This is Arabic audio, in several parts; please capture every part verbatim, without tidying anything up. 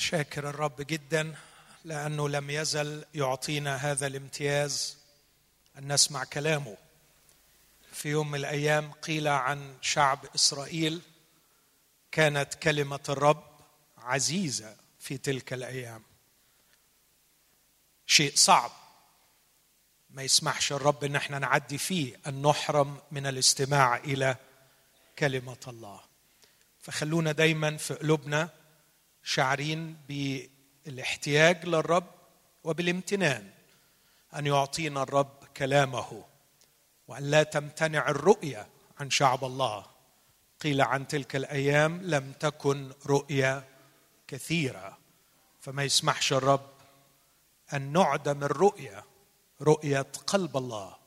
شاكر الرب جدا لأنه لم يزل يعطينا هذا الامتياز أن نسمع كلامه. في يوم من الأيام قيل عن شعب إسرائيل كانت كلمة الرب عزيزة في تلك الأيام. شيء صعب ما يسمحش الرب أن احنا نعدي فيه أن نحرم من الاستماع إلى كلمة الله. فخلونا دايما في قلوبنا شاعرين بالاحتياج للرب وبالامتنان أن يعطينا الرب كلامه، وأن لا تمتنع الرؤية عن شعب الله. قيل عن تلك الأيام لم تكن رؤية كثيرة، فما يسمحش الرب أن نعدم الرؤية، رؤية قلب الله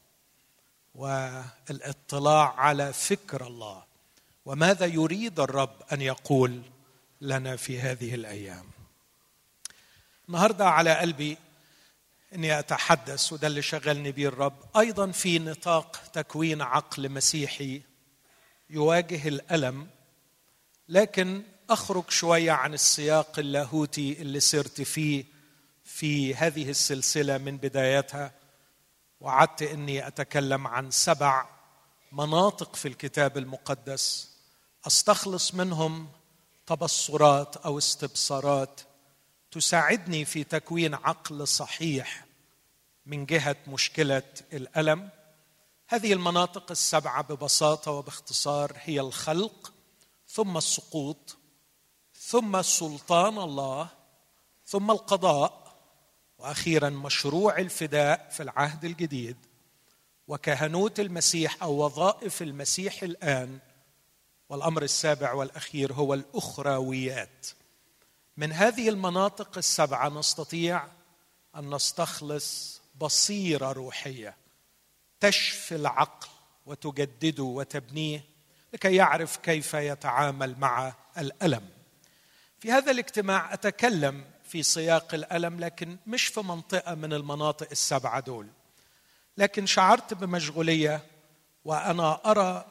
والاطلاع على فكر الله وماذا يريد الرب أن يقول لنا في هذه الأيام. النهاردة على قلبي أني أتحدث، وده اللي شغلني به الرب، أيضا في نطاق تكوين عقل مسيحي يواجه الألم، لكن أخرج شوية عن السياق اللاهوتي اللي سرت فيه في هذه السلسلة من بدايتها. وعدت أني أتكلم عن سبع مناطق في الكتاب المقدس أستخلص منهم تبصرات أو استبصارات تساعدني في تكوين عقل صحيح من جهة مشكلة الألم. هذه المناطق السبعة ببساطة وباختصار هي الخلق، ثم السقوط، ثم سلطان الله، ثم القضاء، وأخيرا مشروع الفداء في العهد الجديد، وكهنوت المسيح أو وظائف المسيح الآن، والأمر السابع والأخير هو الأخرويات. من هذه المناطق السبعة نستطيع أن نستخلص بصيرة روحية تشفي العقل وتجدده وتبنيه لكي يعرف كيف يتعامل مع الألم. في هذا الاجتماع أتكلم في سياق الألم، لكن مش في منطقة من المناطق السبعة دول، لكن شعرت بمشغولية وأنا أرى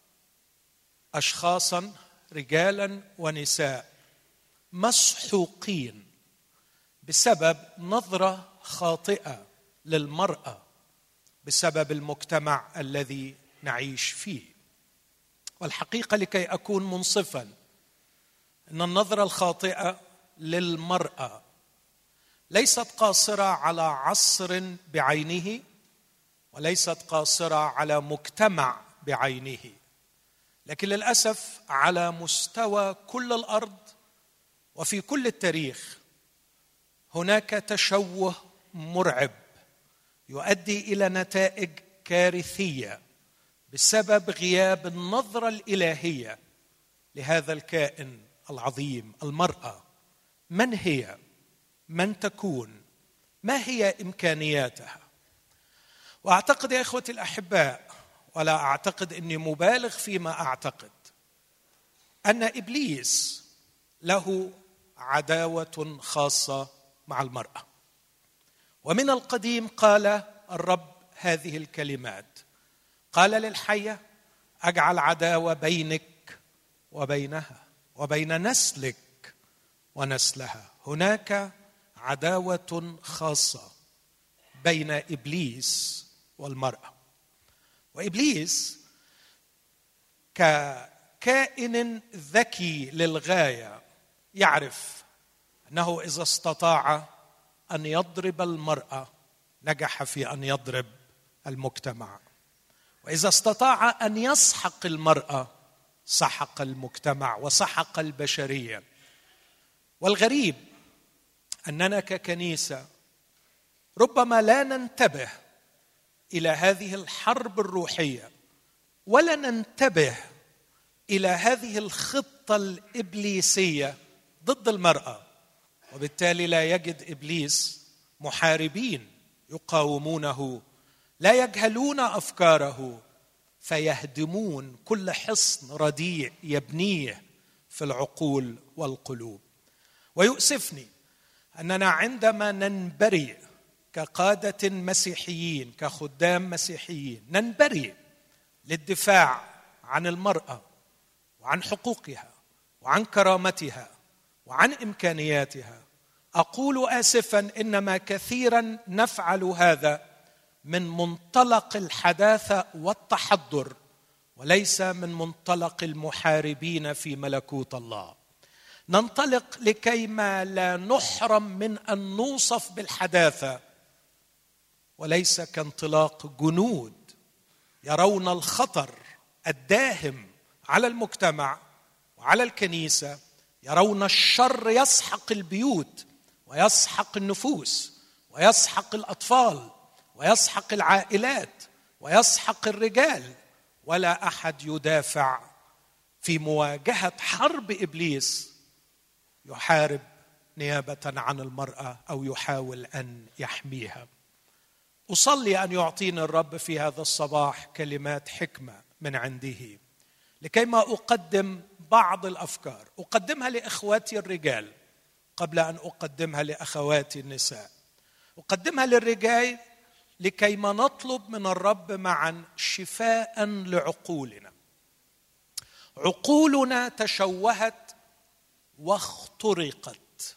أشخاصا رجالا ونساء مسحوقين بسبب نظرة خاطئة للمرأة بسبب المجتمع الذي نعيش فيه. والحقيقة لكي أكون منصفا أن النظرة الخاطئة للمرأة ليست قاصرة على عصر بعينه، وليست قاصرة على مجتمع بعينه، لكن للأسف على مستوى كل الأرض وفي كل التاريخ هناك تشوه مرعب يؤدي إلى نتائج كارثية بسبب غياب النظرة الإلهية لهذا الكائن العظيم، المرأة. من هي؟ من تكون؟ ما هي إمكانياتها؟ وأعتقد يا إخوتي الأحباء، ولا أعتقد أني مبالغ فيما أعتقد، أن إبليس له عداوة خاصة مع المرأة. ومن القديم قال الرب هذه الكلمات، قال للحية: أجعل عداوة بينك وبينها وبين نسلك ونسلها. هناك عداوة خاصة بين إبليس والمرأة. وإبليس ككائن ذكي للغاية يعرف أنه إذا استطاع أن يضرب المرأة نجح في أن يضرب المجتمع، وإذا استطاع أن يسحق المرأة سحق المجتمع وسحق البشرية. والغريب أننا ككنيسة ربما لا ننتبه إلى هذه الحرب الروحية، ولا ننتبه إلى هذه الخطة الإبليسية ضد المرأة، وبالتالي لا يجد إبليس محاربين يقاومونه، لا يجهلون أفكاره فيهدمون كل حصن رديء يبنيه في العقول والقلوب. ويؤسفني أننا عندما ننبري كقادة مسيحيين، كخدام مسيحيين، ننبري للدفاع عن المرأة وعن حقوقها وعن كرامتها وعن إمكانياتها، أقول آسفا إنما كثيرا نفعل هذا من منطلق الحداثة والتحضر وليس من منطلق المحاربين في ملكوت الله. ننطلق لكيما لا نحرم من أن نوصف بالحداثة، وليس كانطلاق جنود يرون الخطر الداهم على المجتمع وعلى الكنيسة، يرون الشر يسحق البيوت ويسحق النفوس ويسحق الأطفال ويسحق العائلات ويسحق الرجال، ولا أحد يدافع في مواجهة حرب إبليس يحارب نيابة عن المرأة أو يحاول أن يحميها. أصلي أن يعطيني الرب في هذا الصباح كلمات حكمة من عنده لكي ما أقدم بعض الأفكار أقدمها لإخواتي الرجال قبل أن أقدمها لأخواتي النساء. أقدمها للرجال لكي ما نطلب من الرب معا شفاء لعقولنا. عقولنا تشوهت واخترقت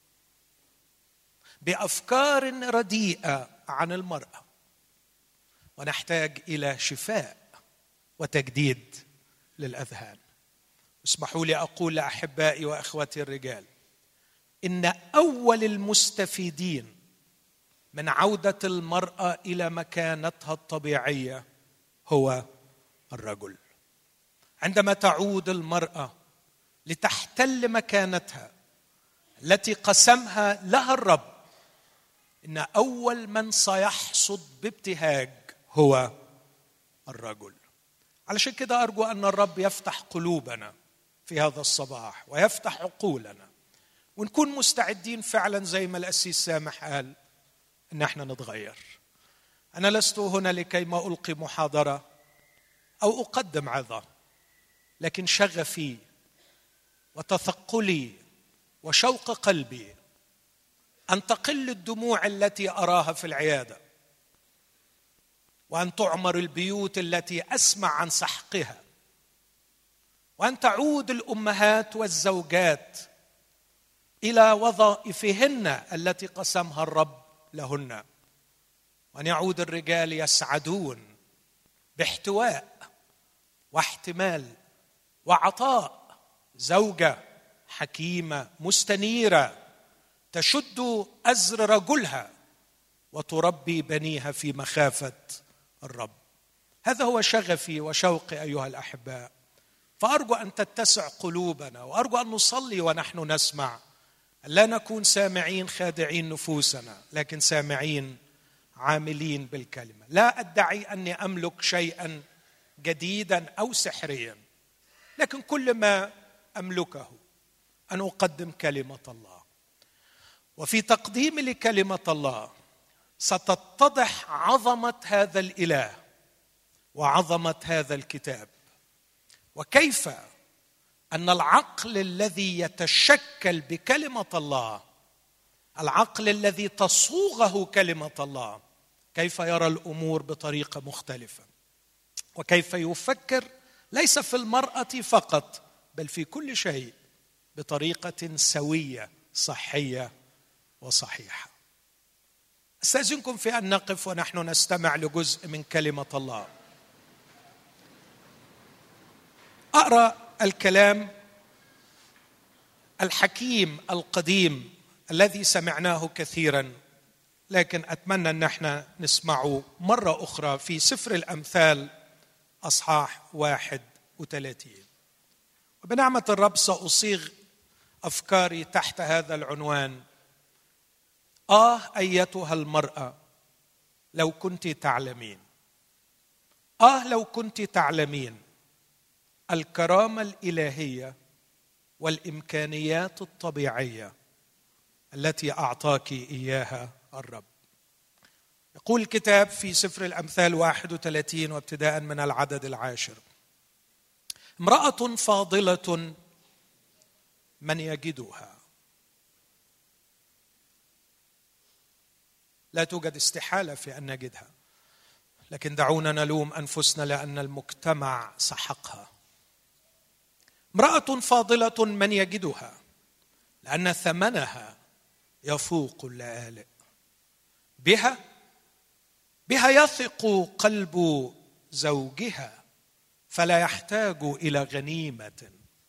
بأفكار رديئة عن المرأة، ونحتاج إلى شفاء وتجديد للأذهان. اسمحوا لي أقول لأحبائي وأخواتي الرجال إن أول المستفيدين من عودة المرأة إلى مكانتها الطبيعية هو الرجل. عندما تعود المرأة لتحتل مكانتها التي قسمها لها الرب، إن أول من سيحصد بابتهاج هو الرجل. علشان كده أرجو أن الرب يفتح قلوبنا في هذا الصباح ويفتح عقولنا، ونكون مستعدين فعلا زي ما القسيس سامح قال إن احنا نتغير. أنا لست هنا لكي ما ألقي محاضرة أو أقدم عظة، لكن شغفي وتثقلي وشوق قلبي أن تقل الدموع التي أراها في العيادة، وأن تعمر البيوت التي أسمع عن سحقها، وأن تعود الأمهات والزوجات إلى وظائفهن التي قسمها الرب لهن، وأن يعود الرجال يسعدون باحتواء واحتمال وعطاء زوجة حكيمة مستنيرة تشد أزر رجلها وتربي بنيها في مخافة الرب. هذا هو شغفي وشوقي أيها الأحباء. فأرجو أن تتسع قلوبنا، وأرجو أن نصلي ونحن نسمع، لا نكون سامعين خادعين نفوسنا، لكن سامعين عاملين بالكلمة. لا أدعي أني أملك شيئا جديدا أو سحريا، لكن كل ما أملكه أن أقدم كلمة الله. وفي تقديمي لكلمة الله ستتضح عظمة هذا الإله وعظمة هذا الكتاب، وكيف أن العقل الذي يتشكل بكلمة الله، العقل الذي تصوغه كلمة الله، كيف يرى الأمور بطريقة مختلفة، وكيف يفكر ليس في المرأة فقط بل في كل شيء بطريقة سوية صحية وصحيحة. أستأذنكم في أن نقف ونحن نستمع لجزء من كلمة الله. أقرأ الكلام الحكيم القديم الذي سمعناه كثيرا، لكن أتمنى أن احنا نسمعه مرة أخرى في سفر الأمثال أصحاح واحد وثلاثين. وبنعمة الرب سأصيغ أفكاري تحت هذا العنوان: آه أيتها المرأة لو كنت تعلمين. آه لو كنت تعلمين الكرامة الإلهية والإمكانيات الطبيعية التي أعطاك إياها الرب. يقول الكتاب في سفر الأمثال واحد وثلاثين وابتداء من العدد العاشر: امرأة فاضلة من يجدها. لا توجد استحالة في أن نجدها، لكن دعونا نلوم أنفسنا لأن المجتمع سحقها. امرأة فاضلة من يجدها لأن ثمنها يفوق اللآلئ. بها بها يثق قلب زوجها فلا يحتاج إلى غنيمة.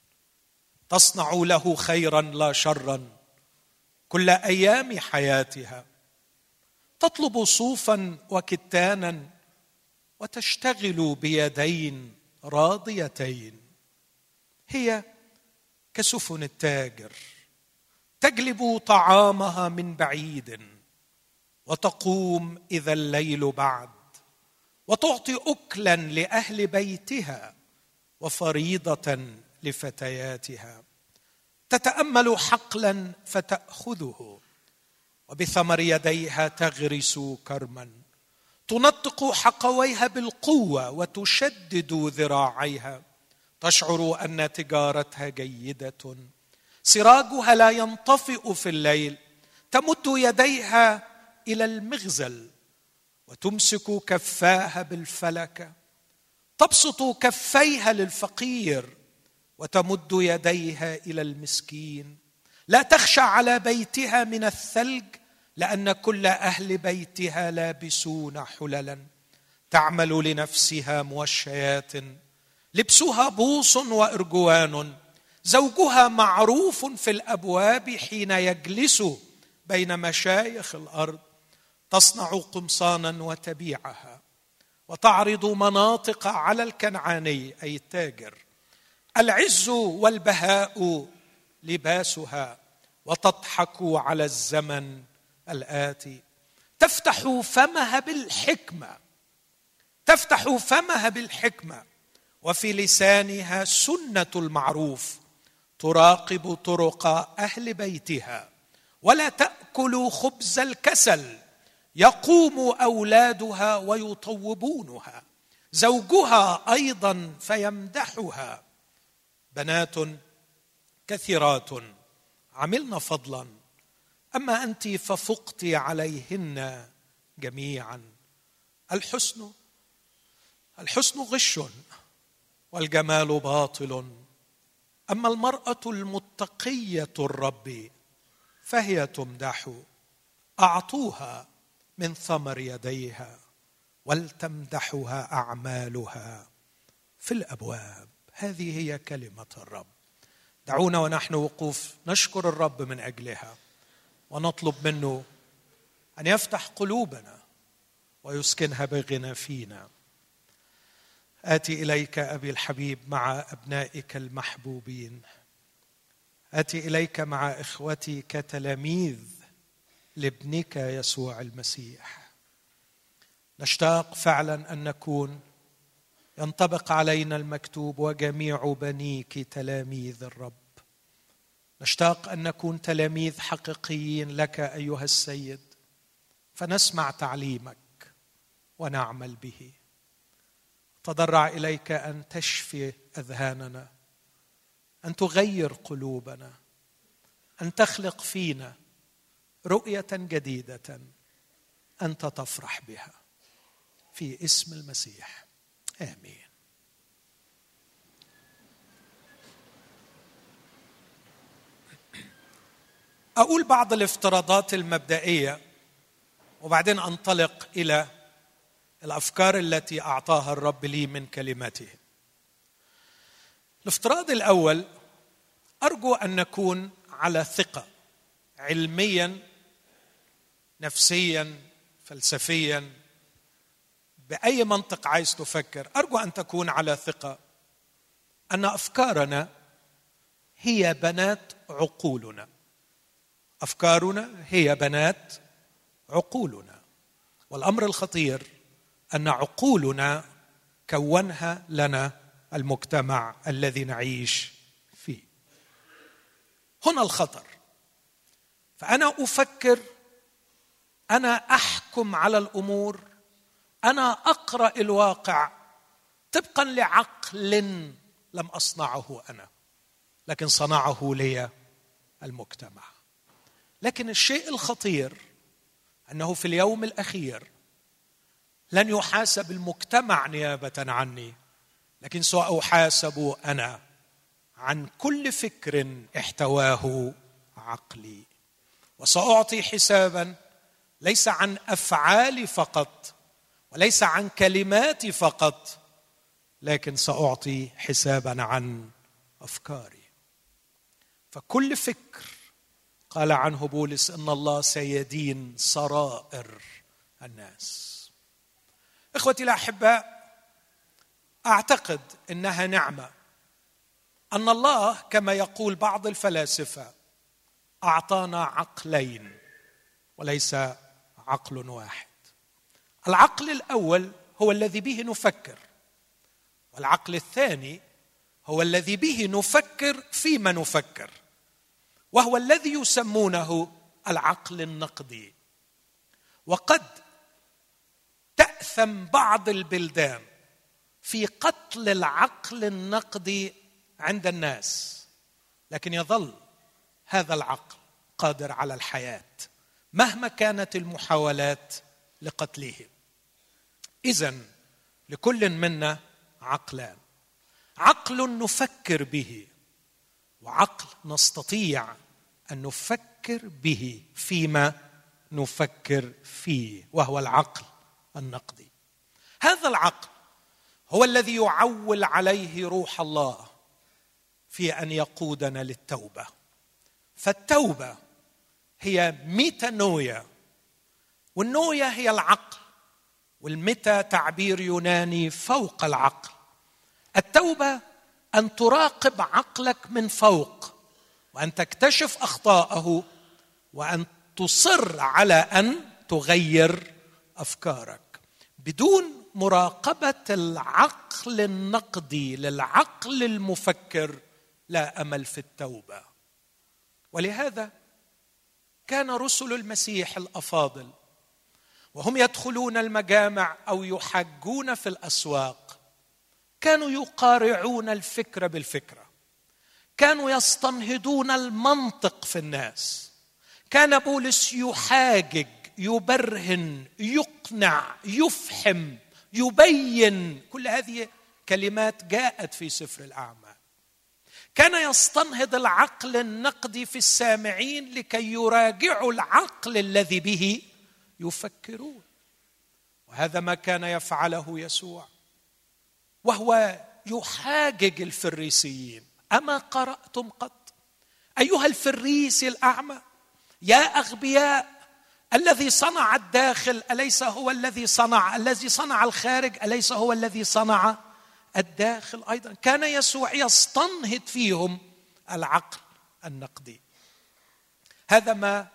تصنع له خيرا لا شرا كل أيام حياتها. تطلب صوفا وكتانا وتشتغل بيدين راضيتين. هي كسفن التاجر تجلب طعامها من بعيد وتقوم إذا الليل بعد وتعطي أكلا لأهل بيتها وفريضة لفتياتها. تتأمل حقلا فتأخذه وبثمر يديها تغرس كرما. تنطق حقويها بالقوة وتشدد ذراعيها. تشعر أن تجارتها جيدة. سراجها لا ينطفئ في الليل. تمد يديها إلى المغزل وتمسك كفاها بالفلكة. تبسط كفيها للفقير وتمد يديها إلى المسكين. لا تخشى على بيتها من الثلج لأن كل أهل بيتها لابسون حللا. تعمل لنفسها موشيات لبسها بوص وإرجوان. زوجها معروف في الأبواب حين يجلس بين مشايخ الأرض. تصنع قمصانا وتبيعها وتعرض مناطق على الكنعاني أي التاجر. العز والبهاء لباسها وتضحك على الزمن الآتي. تفتح فمها بالحكمة تفتح فمها بالحكمة وفي لسانها سنة المعروف. تراقب طرق أهل بيتها ولا تأكل خبز الكسل. يقوم أولادها ويطوبونها. زوجها أيضا فيمدحها. بنات كثيرات عملن فضلا أما أنت ففقت عليهن جميعا. الحسن الحسن غش والجمال باطل. أما المرأة المتقية الرب فهي تمدح. أعطوها من ثمر يديها ولتمدحها أعمالها في الأبواب. هذه هي كلمة الرب. دعونا ونحن وقوف نشكر الرب من أجلها ونطلب منه أن يفتح قلوبنا ويسكنها بغنى فينا. آتي إليك أبي الحبيب مع أبنائك المحبوبين. آتي إليك مع إخوتي كتلاميذ لابنك يسوع المسيح. نشتاق فعلا أن نكون ينطبق علينا المكتوب وجميع بنيك تلاميذ الرب. نشتاق أن نكون تلاميذ حقيقيين لك أيها السيد فنسمع تعليمك ونعمل به. تضرع إليك أن تشفي أذهاننا، أن تغير قلوبنا، أن تخلق فينا رؤية جديدة أنت تفرح بها في اسم المسيح آمين. أقول بعض الافتراضات المبدئية وبعدين أنطلق إلى الأفكار التي أعطاها الرب لي من كلمته. الافتراض الأول، أرجو أن نكون على ثقة علميا نفسيا فلسفيا بأي منطق عايز تفكر. أرجو أن تكون على ثقة أن أفكارنا هي بنات عقولنا. أفكارنا هي بنات عقولنا. والأمر الخطير أن عقولنا كونها لنا المجتمع الذي نعيش فيه. هنا الخطر. فأنا أفكر، أنا أحكم على الأمور، أنا أقرأ الواقع طبقا لعقل لم أصنعه أنا، لكن صنعه لي المجتمع. لكن الشيء الخطير أنه في اليوم الأخير لن يحاسب المجتمع نيابة عني، لكن سأحاسب أنا عن كل فكر احتواه عقلي. وسأعطي حسابا ليس عن أفعالي فقط وليس عن كلماتي فقط، لكن سأعطي حسابا عن أفكاري. فكل فكر قال عنه بولس إن الله سيدين سرائر الناس. إخوتي الأحباء، أعتقد إنها نعمة أن الله كما يقول بعض الفلاسفة أعطانا عقلين وليس عقل واحد. العقل الأول هو الذي به نفكر، والعقل الثاني هو الذي به نفكر فيما نفكر، وهو الذي يسمونه العقل النقدي. وقد تأثم بعض البلدان في قتل العقل النقدي عند الناس، لكن يظل هذا العقل قادر على الحياة مهما كانت المحاولات لقتله. إذن لكل منا عقلان: عقل نفكر به، وعقل نستطيع أن نفكر به فيما نفكر فيه، وهو العقل النقدي. هذا العقل هو الذي يعول عليه روح الله في أن يقودنا للتوبة. فالتوبة هي ميتانويا، والنويا هي العقل، والميتا تعبير يوناني فوق العقل. التوبة أن تراقب عقلك من فوق، وأن تكتشف أخطاءه، وأن تصر على أن تغير أفكارك. بدون مراقبة العقل النقدي للعقل المفكر لا أمل في التوبة. ولهذا كان رسل المسيح الأفاضل وهم يدخلون المجامع أو يحجون في الأسواق كانوا يقارعون الفكرة بالفكرة، كانوا يستنهضون المنطق في الناس. كان بولس يحاجج، يبرهن، يقنع، يفحم، يبين. كل هذه كلمات جاءت في سفر الأعمال. كان يستنهض العقل النقدي في السامعين لكي يراجعوا العقل الذي به يفكرون. وهذا ما كان يفعله يسوع، وهو يحاجج الفريسيين: أما قرأتم قط أيها الفريسي الأعمى يا أغبياء، الذي صنع الداخل أليس هو الذي صنع الذي صنع الخارج أليس هو الذي صنع الداخل أيضا؟ كان يسوع يستنهض فيهم العقل النقدي. هذا ما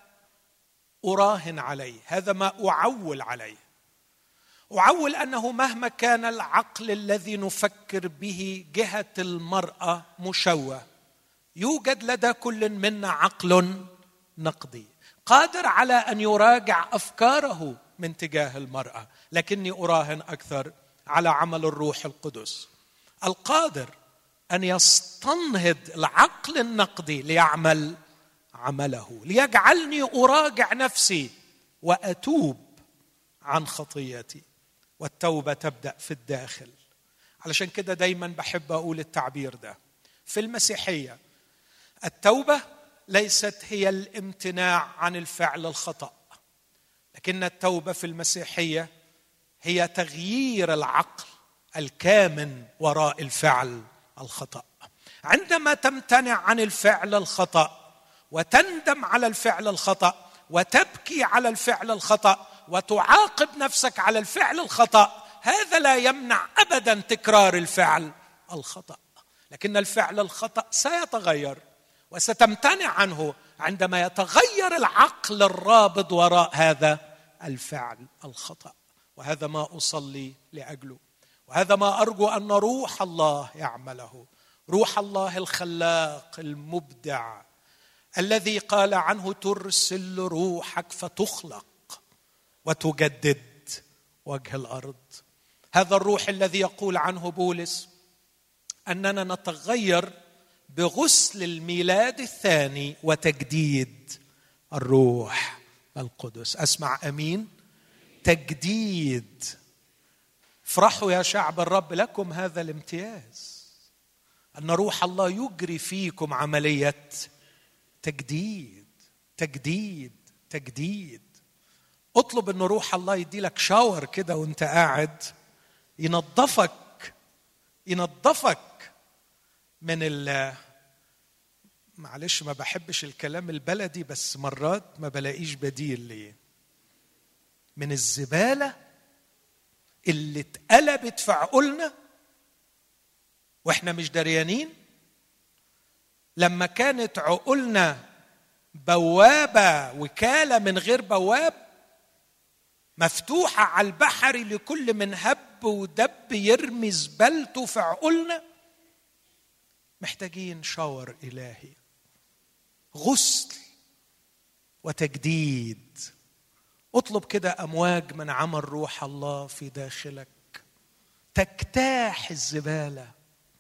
أراهن عليه، هذا ما أعول عليه. أعول أنه مهما كان العقل الذي نفكر به جهة المرأة مشوه، يوجد لدى كل منا عقل نقدي قادر على أن يراجع أفكاره من تجاه المرأة. لكني أراهن أكثر على عمل الروح القدس القادر أن يستنهض العقل النقدي ليعمل عمله، ليجعلني أراجع نفسي وأتوب عن خطيتي. والتوبة تبدأ في الداخل. علشان كده دايما بحب أقول التعبير ده في المسيحية: التوبة ليست هي الامتناع عن الفعل الخطأ، لكن التوبة في المسيحية هي تغيير العقل الكامن وراء الفعل الخطأ. عندما تمتنع عن الفعل الخطأ وتندم على الفعل الخطأ وتبكي على الفعل الخطأ وتعاقب نفسك على الفعل الخطأ، هذا لا يمنع أبدا تكرار الفعل الخطأ، لكن الفعل الخطأ سيتغير وستمتنع عنه عندما يتغير العقل الرابط وراء هذا الفعل الخطأ. وهذا ما أصلي لأجله، وهذا ما أرجو أن روح الله يعمله، روح الله الخلاق المبدع الذي قال عنه: ترسل روحك فتخلق وتجدد وجه الأرض. هذا الروح الذي يقول عنه بولس أننا نتغير بغسل الميلاد الثاني وتجديد الروح القدس. أسمع أمين؟ تجديد. افرحوا يا شعب الرب، لكم هذا الامتياز أن روح الله يجري فيكم عملية تجديد. تجديد تجديد. اطلب ان روح الله يدي لك شاور كده وانت قاعد، ينظفك ينظفك من ال معلش ما بحبش الكلام البلدي بس مرات ما بلاقيش بديل ليه، من الزبالة اللي اتقلبت في عقولنا واحنا مش دريانين. لما كانت عقولنا بوابة وكالة من غير بواب، مفتوحة على البحر لكل من هب ودب يرمي زبالته في عقولنا، محتاجين شاور إلهي، غسل وتجديد. اطلب كده أمواج من عمل روح الله في داخلك تجتاح الزبالة،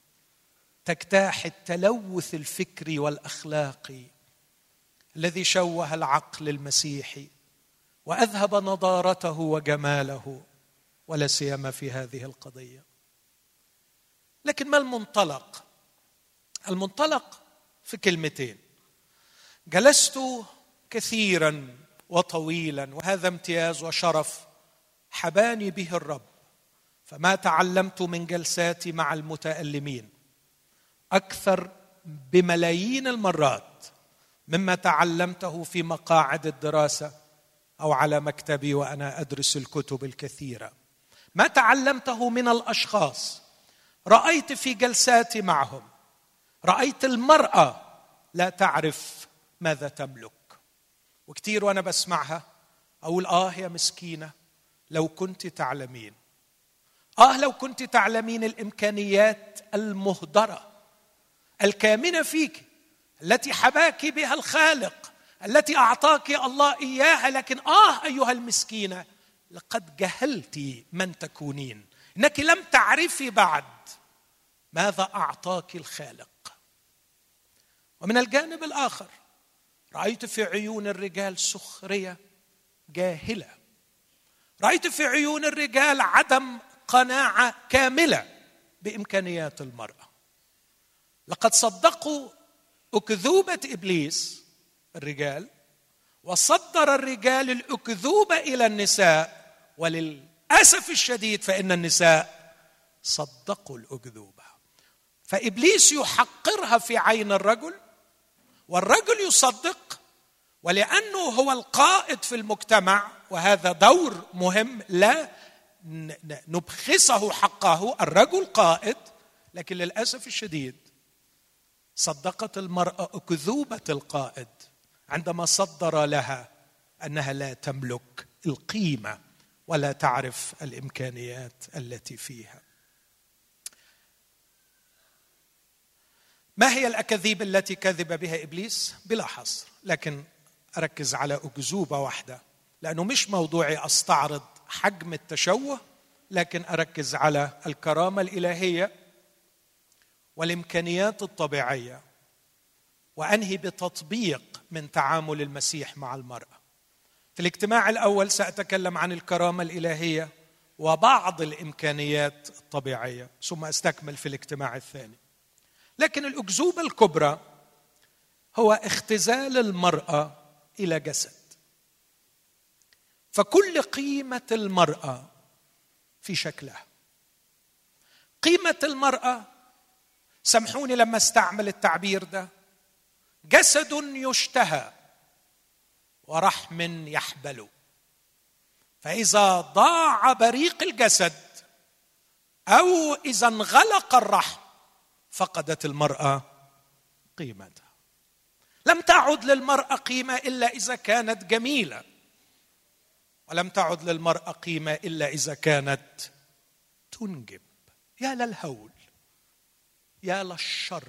تجتاح التلوث الفكري والأخلاقي الذي شوه العقل المسيحي وأذهب نضارته وجماله، ولا سيما في هذه القضية. لكن ما المنطلق؟ المنطلق في كلمتين: جلست كثيرا وطويلا، وهذا امتياز وشرف حباني به الرب، فما تعلمت من جلساتي مع المتألمين أكثر بملايين المرات مما تعلمته في مقاعد الدراسة أو على مكتبي وأنا أدرس الكتب الكثيرة. ما تعلمته من الأشخاص رأيت في جلساتي معهم، رأيت المرأة لا تعرف ماذا تملك، وكتير وأنا بسمعها أقول آه يا مسكينة لو كنت تعلمين، آه لو كنت تعلمين الإمكانيات المهدرة الكامنة فيك التي حباك بها الخالق، التي أعطاك الله إياها، لكن آه أيها المسكينة لقد جهلت من تكونين، إنك لم تعرفي بعد ماذا أعطاك الخالق. ومن الجانب الآخر رأيت في عيون الرجال سخرية جاهلة، رأيت في عيون الرجال عدم قناعة كاملة بإمكانيات المرأة. لقد صدقوا أكذوبة إبليس الرجال، وصدر الرجال الأكذوبة إلى النساء، وللأسف الشديد فإن النساء صدقوا الأكذوبة. فإبليس يحقرها في عين الرجل، والرجل يصدق، ولأنه هو القائد في المجتمع، وهذا دور مهم لا نبخسه حقه، الرجل قائد، لكن للأسف الشديد صدقت المرأة أكذوبة القائد عندما صدر لها أنها لا تملك القيمة ولا تعرف الإمكانيات التي فيها. ما هي الأكاذيب التي كذب بها إبليس؟ بلا حصر، لكن أركز على أكذوبة واحدة لأنه مش موضوعي أستعرض حجم التشوه، لكن أركز على الكرامة الإلهية والإمكانيات الطبيعية، وأنهي بتطبيق من تعامل المسيح مع المرأة. في الاجتماع الأول سأتكلم عن الكرامة الإلهية وبعض الإمكانيات الطبيعية، ثم أستكمل في الاجتماع الثاني. لكن الأكذوبة الكبرى هو اختزال المرأة إلى جسد. فكل قيمة المرأة في شكلها. قيمة المرأة، سامحوني لما استعمل التعبير ده، جسد يشتهى ورحم يحبل. فإذا ضاع بريق الجسد أو إذا انغلق الرحم فقدت المرأة قيمتها. لم تعد للمرأة قيمة إلا إذا كانت جميلة، ولم تعد للمرأة قيمة إلا إذا كانت تنجب. يا للهول، يا للشر.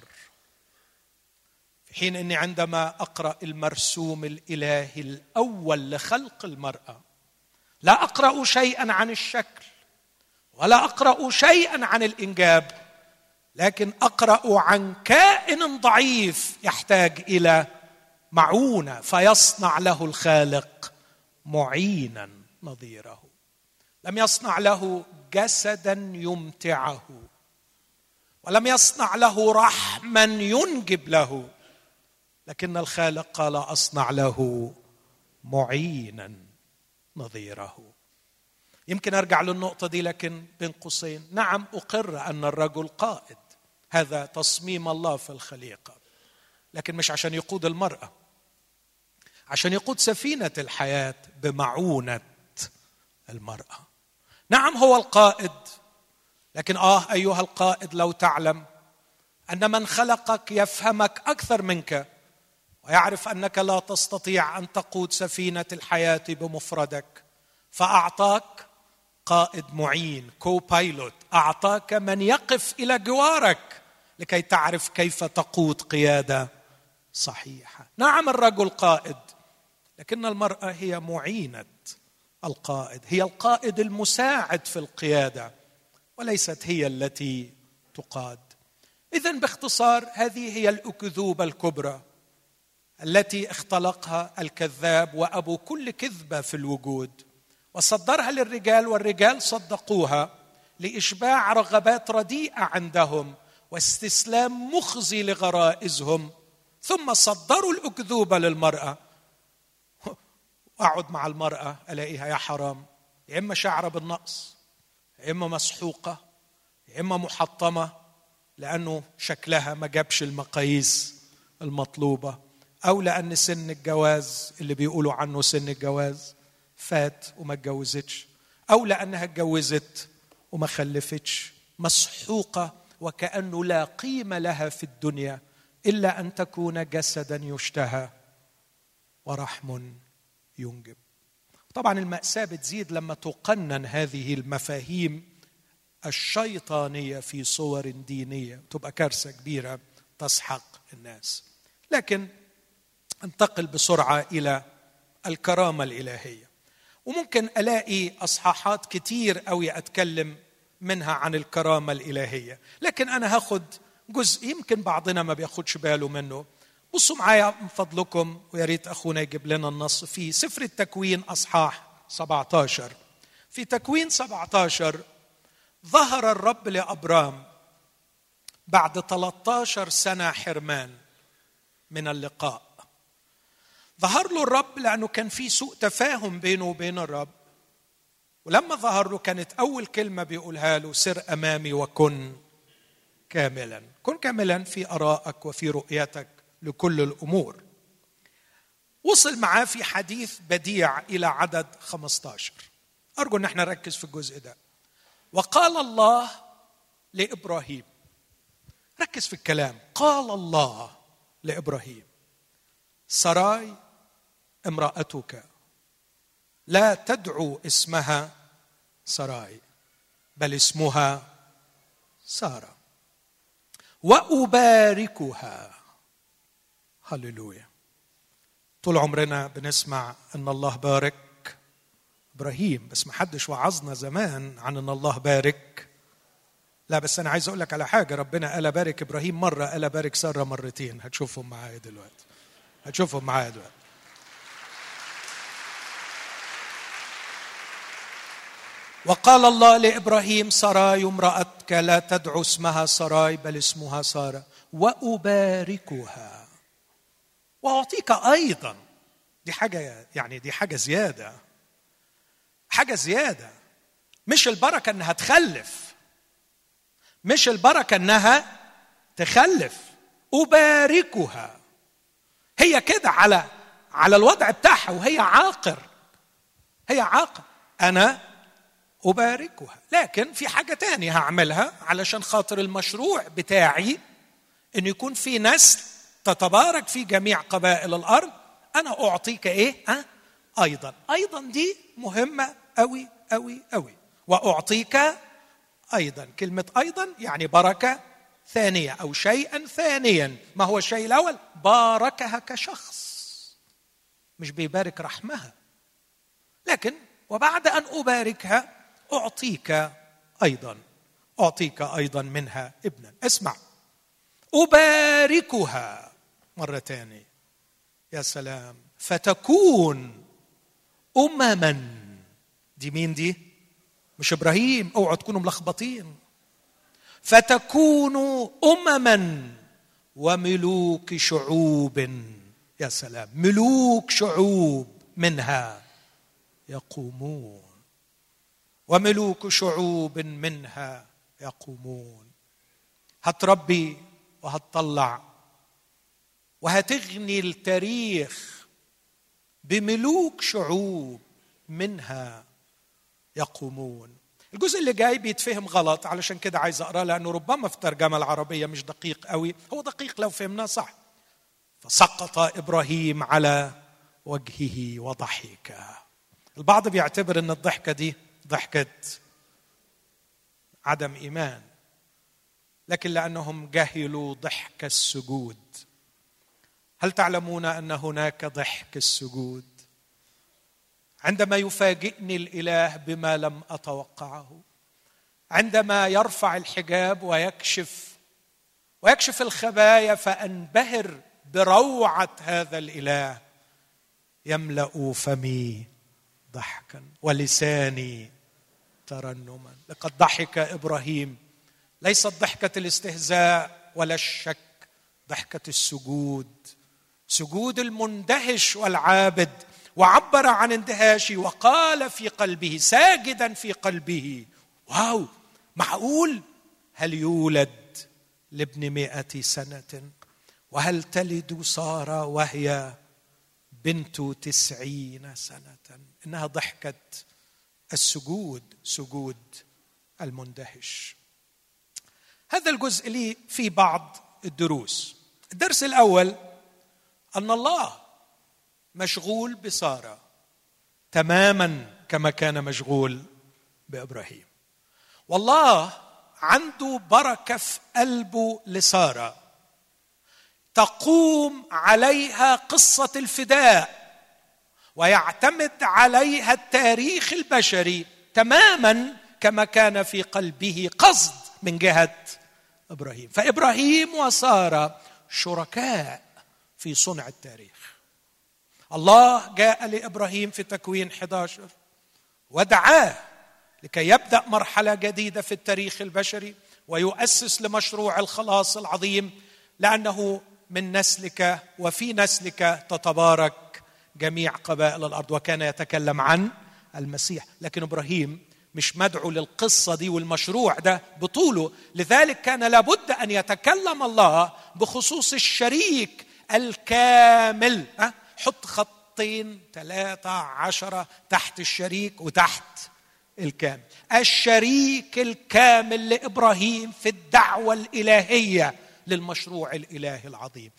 في حين أني عندما أقرأ المرسوم الإلهي الأول لخلق المرأة لا أقرأ شيئا عن الشكل ولا أقرأ شيئا عن الإنجاب، لكن أقرأ عن كائن ضعيف يحتاج إلى معونة، فيصنع له الخالق معينا نظيره. لم يصنع له جسدا يمتعه، ولم يصنع له رحما ينجب له، لكن الخالق قال أصنع له معينا نظيره. يمكن أرجع للنقطة دي، لكن بين قوسين، نعم أقر أن الرجل قائد، هذا تصميم الله في الخليقة، لكن مش عشان يقود المرأة، عشان يقود سفينة الحياة بمعونة المرأة. نعم هو القائد، لكن آه أيها القائد لو تعلم أن من خلقك يفهمك أكثر منك ويعرف أنك لا تستطيع أن تقود سفينة الحياة بمفردك، فأعطاك قائد معين، كو بايلوت، أعطاك من يقف إلى جوارك لكي تعرف كيف تقود قيادة صحيحة. نعم الرجل قائد، لكن المرأة هي معينة القائد، هي القائد المساعد في القيادة وليست هي التي تقاد. إذن باختصار هذه هي الأكذوبة الكبرى التي اختلقها الكذاب وأبو كل كذبة في الوجود، وصدرها للرجال، والرجال صدقوها لإشباع رغبات رديئة عندهم واستسلام مخزي لغرائزهم، ثم صدروا الأكذوبة للمرأة. أقعد مع المرأة ألاقيها يا حرام يا إما شعر بالنقص، يا إما مسحوقة، يا إما محطمة لأنه شكلها ما جابش المقاييس المطلوبة، أو لأن سن الجواز اللي بيقولوا عنه سن الجواز فات وما اتجوزتش، أو لأنها اتجوزت وما خلفتش. مسحوقة وكأنه لا قيمة لها في الدنيا إلا أن تكون جسدا يشتهى ورحم ينجب. طبعا المأساة بتزيد لما تقنن هذه المفاهيم الشيطانية في صور دينية، تبقى كارثة كبيرة تسحق الناس. لكن انتقل بسرعة إلى الكرامة الإلهية، وممكن ألاقي أصحاحات كتير قوي أتكلم منها عن الكرامة الإلهية، لكن أنا هاخد جزء يمكن بعضنا ما بياخدش باله منه. بصوا معايا من فضلكم، ويا ريت أخونا يجيب لنا النص في سفر التكوين أصحاح سبعة عشر. في تكوين سبعة عشر ظهر الرب لأبرام بعد ثلاثة عشر سنة حرمان من اللقاء. ظهر له الرب لأنه كان في سوء تفاهم بينه وبين الرب، ولما ظهر له كانت أول كلمة بيقولها له سر أمامي وكن كاملا. كن كاملا في آرائك وفي رؤيتك لكل الأمور. وصل معاه في حديث بديع إلى عدد خمسة عشر. أرجو أن احنا نركز في الجزء ده. وقال الله لإبراهيم، ركز في الكلام، قال الله لإبراهيم سراي امرأتك لا تدعو اسمها سراي بل اسمها سارة وأباركها. هللويا. طول عمرنا بنسمع أن الله بارك إبراهيم، بس ما حدش وعظنا زمان عن أن الله بارك. لا بس أنا عايز أقول لك على حاجة، ربنا قال بارك إبراهيم مرة، قال بارك سارة مرتين. هتشوفهم معايا دلوقتي، هتشوفهم معايا دلوقتي. وقال الله لإبراهيم سراي امرأتك لا تدعو اسمها سراي بل اسمها سارة وأباركها وأعطيك أيضا. دي حاجة يعني دي حاجة زيادة، حاجة زيادة. مش البركة أنها تخلف، مش البركة أنها تخلف، أباركها. هي كده على على الوضع بتاعها وهي عاقر، هي عاقر، أنا أباركها. لكن في حاجة تانية هعملها علشان خاطر المشروع بتاعي إن يكون في نسل تتبارك في جميع قبائل الأرض. أنا أعطيك إيه؟ أه؟ أيضا. أيضا دي مهمة أوي أوي أوي. وأعطيك أيضا، كلمة أيضا يعني بركة ثانية أو شيئا ثانيا. ما هو الشيء الأول؟ باركها كشخص، مش بيبارك رحمها، لكن وبعد أن أباركها أعطيك أيضا، أعطيك أيضا منها ابنا. اسمع، أباركها مرة تانية. يا سلام. فتكون أمما. دي مين دي؟ مش إبراهيم، اوعوا تكونوا ملخبطين. فتكون أمما وملوك شعوب يا سلام، ملوك شعوب منها يقومون، وملوك شعوب منها يقومون. هتربي وهتطلع وهتغني التاريخ بملوك شعوب منها يقومون. الجزء اللي جاي بيتفهم غلط، علشان كده عايز اقراه، لانه ربما في الترجمه العربيه مش دقيق قوي. هو دقيق لو فهمناه صح. فسقط ابراهيم على وجهه وضحك. البعض بيعتبر ان الضحكه دي ضحكه عدم ايمان، لكن لانهم جهلوا ضحك السجود. هل تعلمون ان هناك ضحك السجود؟ عندما يفاجئني الاله بما لم اتوقعه، عندما يرفع الحجاب ويكشف ويكشف الخبايا، فانبهر بروعه هذا الاله. يملأ فمي ضحكا ولساني ترنما. لقد ضحك ابراهيم، ليست ضحكه الاستهزاء ولا الشك، ضحكه السجود، سجود المندهش والعابد. وعبر عن اندهاشه وقال في قلبه، ساجدا في قلبه: واو، معقول؟ هل يولد لابن مئة سنة؟ وهل تلد سارة وهي بنت تسعين سنة؟ إنها ضحكة السجود، سجود المندهش. هذا الجزء لي في بعض الدروس. الدرس الأول أن الله مشغول بسارة تماما كما كان مشغول بإبراهيم. والله عنده بركة في قلبه لسارة تقوم عليها قصة الفداء ويعتمد عليها التاريخ البشري تماما كما كان في قلبه قصد من جهة إبراهيم. فإبراهيم وسارة شركاء في صنع التاريخ. الله جاء لإبراهيم في تكوين إحدى عشر ودعاه لكي يبدأ مرحلة جديدة في التاريخ البشري ويؤسس لمشروع الخلاص العظيم، لأنه من نسلك وفي نسلك تتبارك جميع قبائل الأرض. وكان يتكلم عن المسيح. لكن إبراهيم مش مدعو للقصة دي والمشروع ده بطوله، لذلك كان لابد أن يتكلم الله بخصوص الشريك الكامل. أه؟ حط خطين ثلاثة عشرة تحت الشريك وتحت الكامل. الشريك الكامل لإبراهيم في الدعوة الإلهية للمشروع الإلهي العظيم.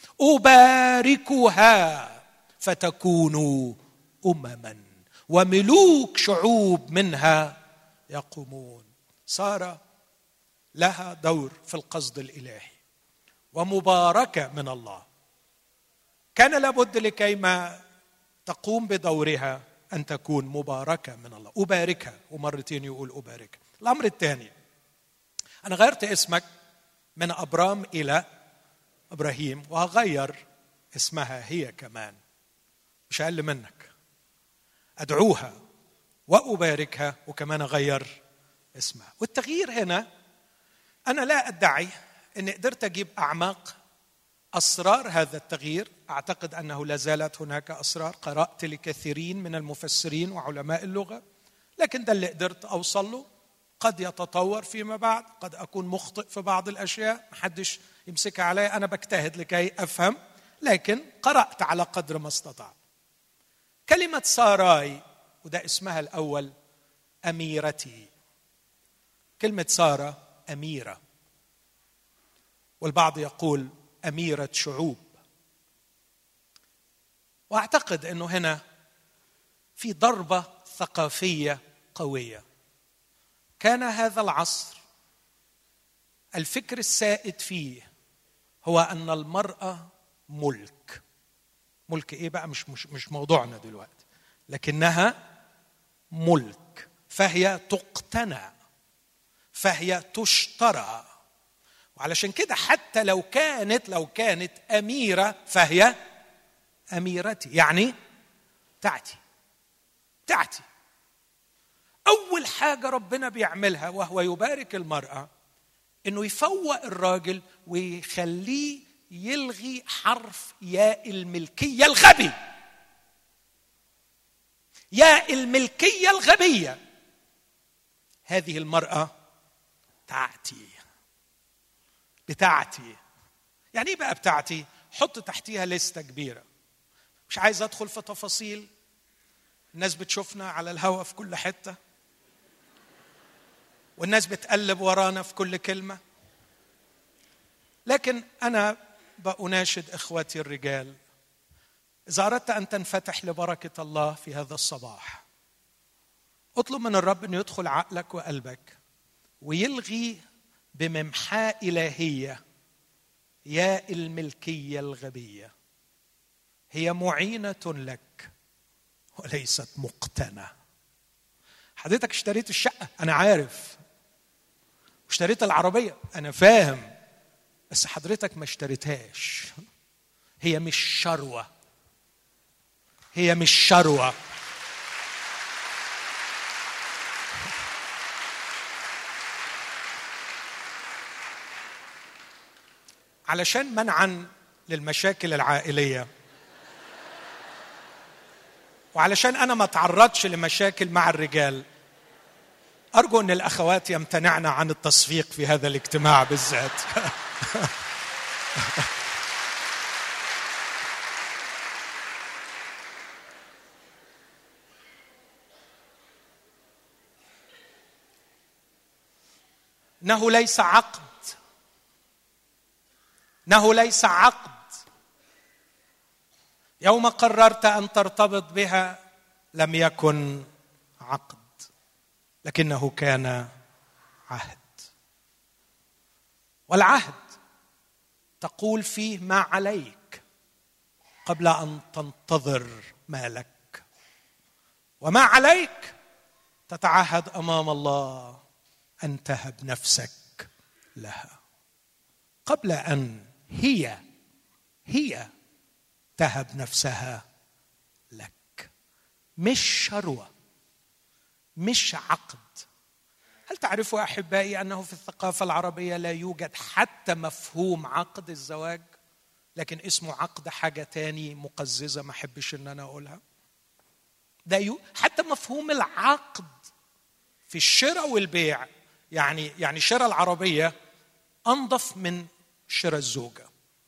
أباركها فتكونوا أمما وملوك شعوب منها يقومون. سارة لها دور في القصد الإلهي ومباركة من الله. كان لابد لكي ما تقوم بدورها أن تكون مباركة من الله. أباركها، ومرتين يقول أباركها. الأمر الثاني، أنا غيرت اسمك من أبرام إلى إبراهيم، وهغير اسمها هي كمان، مش أقل منك. أدعوها وأباركها وكمان أغير اسمها. والتغيير هنا أنا لا أدعي أني قدرت أجيب أعماق أسرار هذا التغيير. أعتقد أنه لا زالت هناك أسرار. قرأت لكثيرين من المفسرين وعلماء اللغة، لكن ده اللي قدرت أوصل له. قد يتطور فيما بعد، قد أكون مخطئ في بعض الأشياء، محدش يمسكها علي، أنا بجتهد لكي أفهم، لكن قرأت على قدر ما استطعت. كلمة ساراي، وده اسمها الأول، أميرتي. كلمة سارة أميرة، والبعض يقول أميرة شعوب. وأعتقد أنه هنا في ضربة ثقافية قوية. كان هذا العصر الفكر السائد فيه هو أن المرأة ملك. ملك إيه بقى؟ مش, مش, مش موضوعنا دلوقتي، لكنها ملك، فهي تقتنى، فهي تشترى. وعلشان كده حتى لو كانت لو كانت أميرة فهي أميرتي، يعني تعتي تعتي. أول حاجة ربنا بيعملها وهو يبارك المرأة إنه يفوق الراجل ويخليه يلغي حرف ياء الملكية الغبي. ياء الملكية الغبية. هذه المرأة بتاعتي بتاعتي. يعني ايه بقى بتاعتي؟ حط تحتيها لستة كبيرة. مش عايز ادخل في تفاصيل، الناس بتشوفنا على الهوا في كل حتة، والناس بتقلب ورانا في كل كلمة. لكن أنا بأناشد إخوتي الرجال، إذا أردت أن تنفتح لبركة الله في هذا الصباح، اطلب من الرب أن يدخل عقلك وقلبك ويلغي بممحاة إلهية ياء الملكية الغبية. هي معينة لك وليست مقتنة. حضرتك اشتريت الشقة، أنا عارف، واشتريت العربية، أنا فاهم، بس حضرتك ما اشتريتهاش. هي مش شروة، هي مش شروة. علشان منعا للمشاكل العائلية، وعلشان أنا ما تعرضش لمشاكل مع الرجال، أرجو أن الأخوات يمتنعن عن التصفيق في هذا الاجتماع بالذات. إنه ليس عقد، إنه ليس عقد. يوم قررت أن ترتبط بها لم يكن عقد، لكنه كان عهد. والعهد تقول فيه ما عليك قبل أن تنتظر ما لك، وما عليك تتعهد أمام الله أن تهب نفسك لها قبل أن هي هي تهب نفسها لك. مش شروة، مش عقد. هل تعرفوا أحبائي أنه في الثقافة العربية لا يوجد حتى مفهوم عقد الزواج، لكن اسمه عقد حاجة تاني مقززة ما أحبش أن أنا أقولها. ده يو حتى مفهوم العقد في الشراء والبيع، يعني يعني شراء العربية أنظف من شراء الزوجة.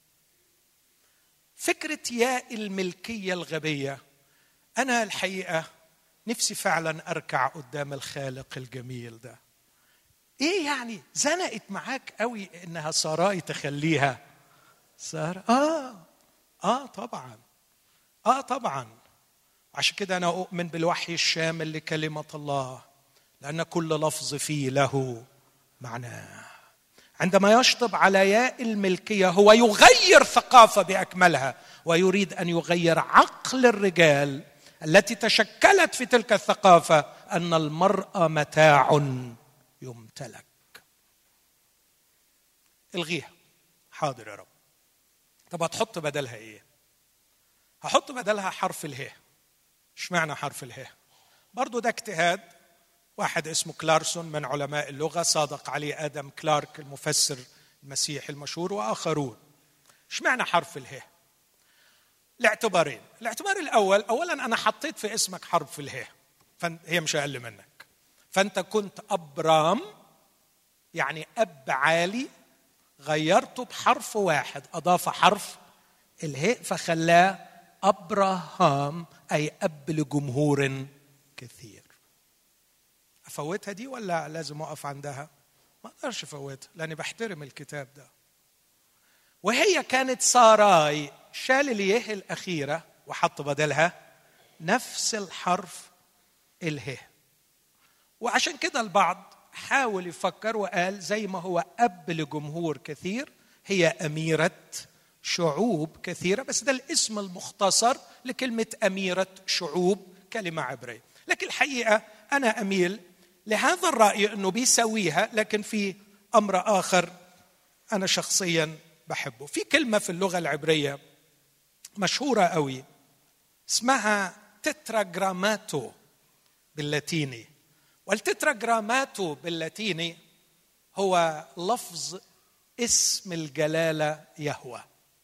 فكرة ياء الملكية الغبية، أنا الحقيقة نفسي فعلا أركع قدام الخالق الجميل ده. إيه يعني زنقت معاك قوي إنها ساراي تخليها سارة؟ آه آه طبعا آه طبعا. عشان كده أنا أؤمن بالوحي الشامل لكلمة الله، لأن كل لفظ فيه له معناه. عندما يشطب على ياء الملكية هو يغير ثقافة بأكملها، ويريد أن يغير عقل الرجال التي تشكلت في تلك الثقافة أن المرأة متاع يمتلك. الغيها. حاضر يا رب. طب هتحط بدلها إيه؟ هحط بدلها حرف اله. اشمعنى حرف اله؟ برضو ده اجتهاد واحد اسمه كلارسون من علماء اللغة، صادق عليه آدم كلارك المفسر المسيحي المشهور وآخرون. اشمعنى حرف اله؟ لاعتبارين. الاعتبار الأول، أولا أنا حطيت في اسمك حرف اله، فهي مش أقل منك، فأنت كنت أبرام يعني أب عالي، غيرته بحرف واحد، أضاف حرف اله فخلاه أبراهام، أي أب لجمهور كثير. أفوتها دي ولا لازم أقف عندها؟ ما أقدرش أفوتها لأني بحترم الكتاب ده. وهي كانت ساراي، شال اليه الأخيرة وحط بدلها نفس الحرف اله. وعشان كده البعض حاول يفكر وقال زي ما هو أب لجمهور كثير، هي أميرة شعوب كثيرة، بس ده الاسم المختصر لكلمة أميرة شعوب، كلمة عبرية. لكن الحقيقة أنا أميل لهذا الرأي أنه بيسويها، لكن في أمر آخر أنا شخصيا بحبه. في كلمة في اللغة العبرية مشهورة قوي اسمها تتراجراماتو باللاتيني، والتتراجراماتو باللاتيني هو لفظ اسم الجلالة يهوه.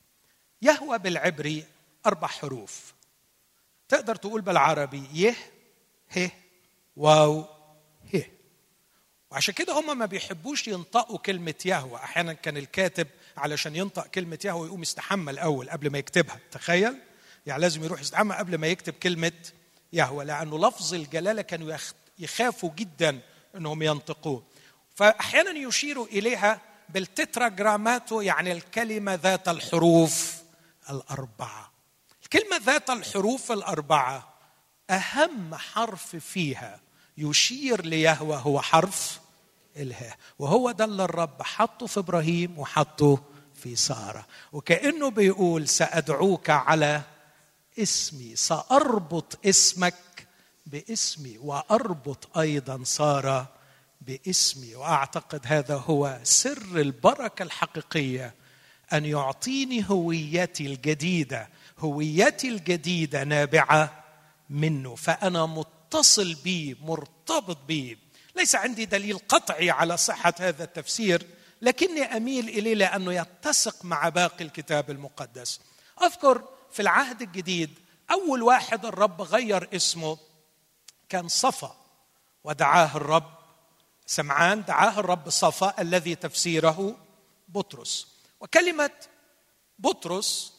يهوه بالعبري أربع حروف. تقدر تقول بالعربي يه ه واو ه. وعشان كده هم ما بيحبوش ينطقوا كلمة يهوه. أحيانا كان الكاتب علشان ينطق كلمة يهوه يقوم يستحمى الأول قبل ما يكتبها. تخيل، يعني لازم يروح يستحمى قبل ما يكتب كلمة يهوه، لأنه لفظ الجلالة كانوا يخافوا جدا أنهم ينطقوه. فأحيانا يشيروا إليها بالتتراجراماتو، يعني الكلمة ذات الحروف الأربعة. الكلمة ذات الحروف الأربعة أهم حرف فيها يشير ليهوه هو حرف الهاء، وهو ده اللي الرب حطه في إبراهيم وحطه في سارة. وكأنه بيقول سأدعوك على اسمي، سأربط اسمك باسمي وأربط أيضا سارة باسمي. وأعتقد هذا هو سر البركة الحقيقية، أن يعطيني هويتي الجديدة. هويتي الجديدة نابعة منه، فأنا متصل به، مرتبط به. ليس عندي دليل قطعي على صحة هذا التفسير، لكني أميل إليه لأنه يتسق مع باقي الكتاب المقدس. أذكر في العهد الجديد أول واحد الرب غير اسمه كان صفا، ودعاه الرب سمعان، دعاه الرب صفا الذي تفسيره بطرس. وكلمة بطرس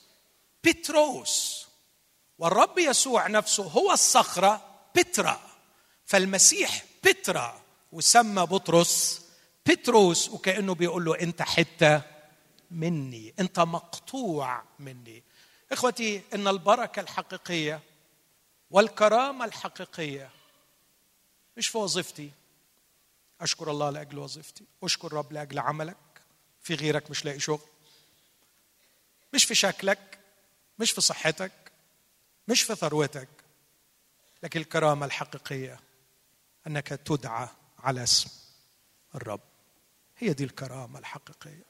بطرس، والرب يسوع نفسه هو الصخرة بترا، فالمسيح بترا وسمى بطرس بطرس، وكأنه بيقول له أنت حتة مني، أنت مقطوع مني. إخوتي، إن البركة الحقيقية والكرامة الحقيقية مش في وظيفتي، أشكر الله لأجل وظيفتي، أشكر رب لأجل عملك، في غيرك مش لاقي شغل، مش في شكلك، مش في صحتك، مش في ثروتك، لكن الكرامة الحقيقية أنك تدعى على اسم الرب. هي دي الكرامة الحقيقية.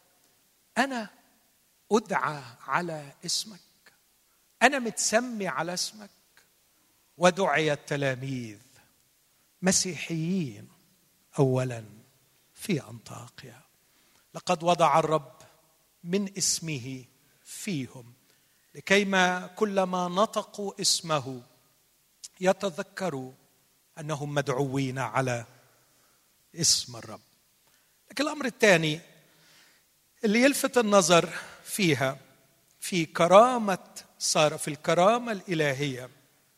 أنا أدعى على اسمك، أنا متسمي على اسمك. ودعي التلاميذ مسيحيين أولا في أنطاكيا، لقد وضع الرب من اسمه فيهم، لكيما كلما نطقوا اسمه يتذكروا أنهم مدعوين على اسم الرب. لكن الأمر الثاني اللي يلفت النظر فيها في كرامة سارة، في الكرامة الإلهية،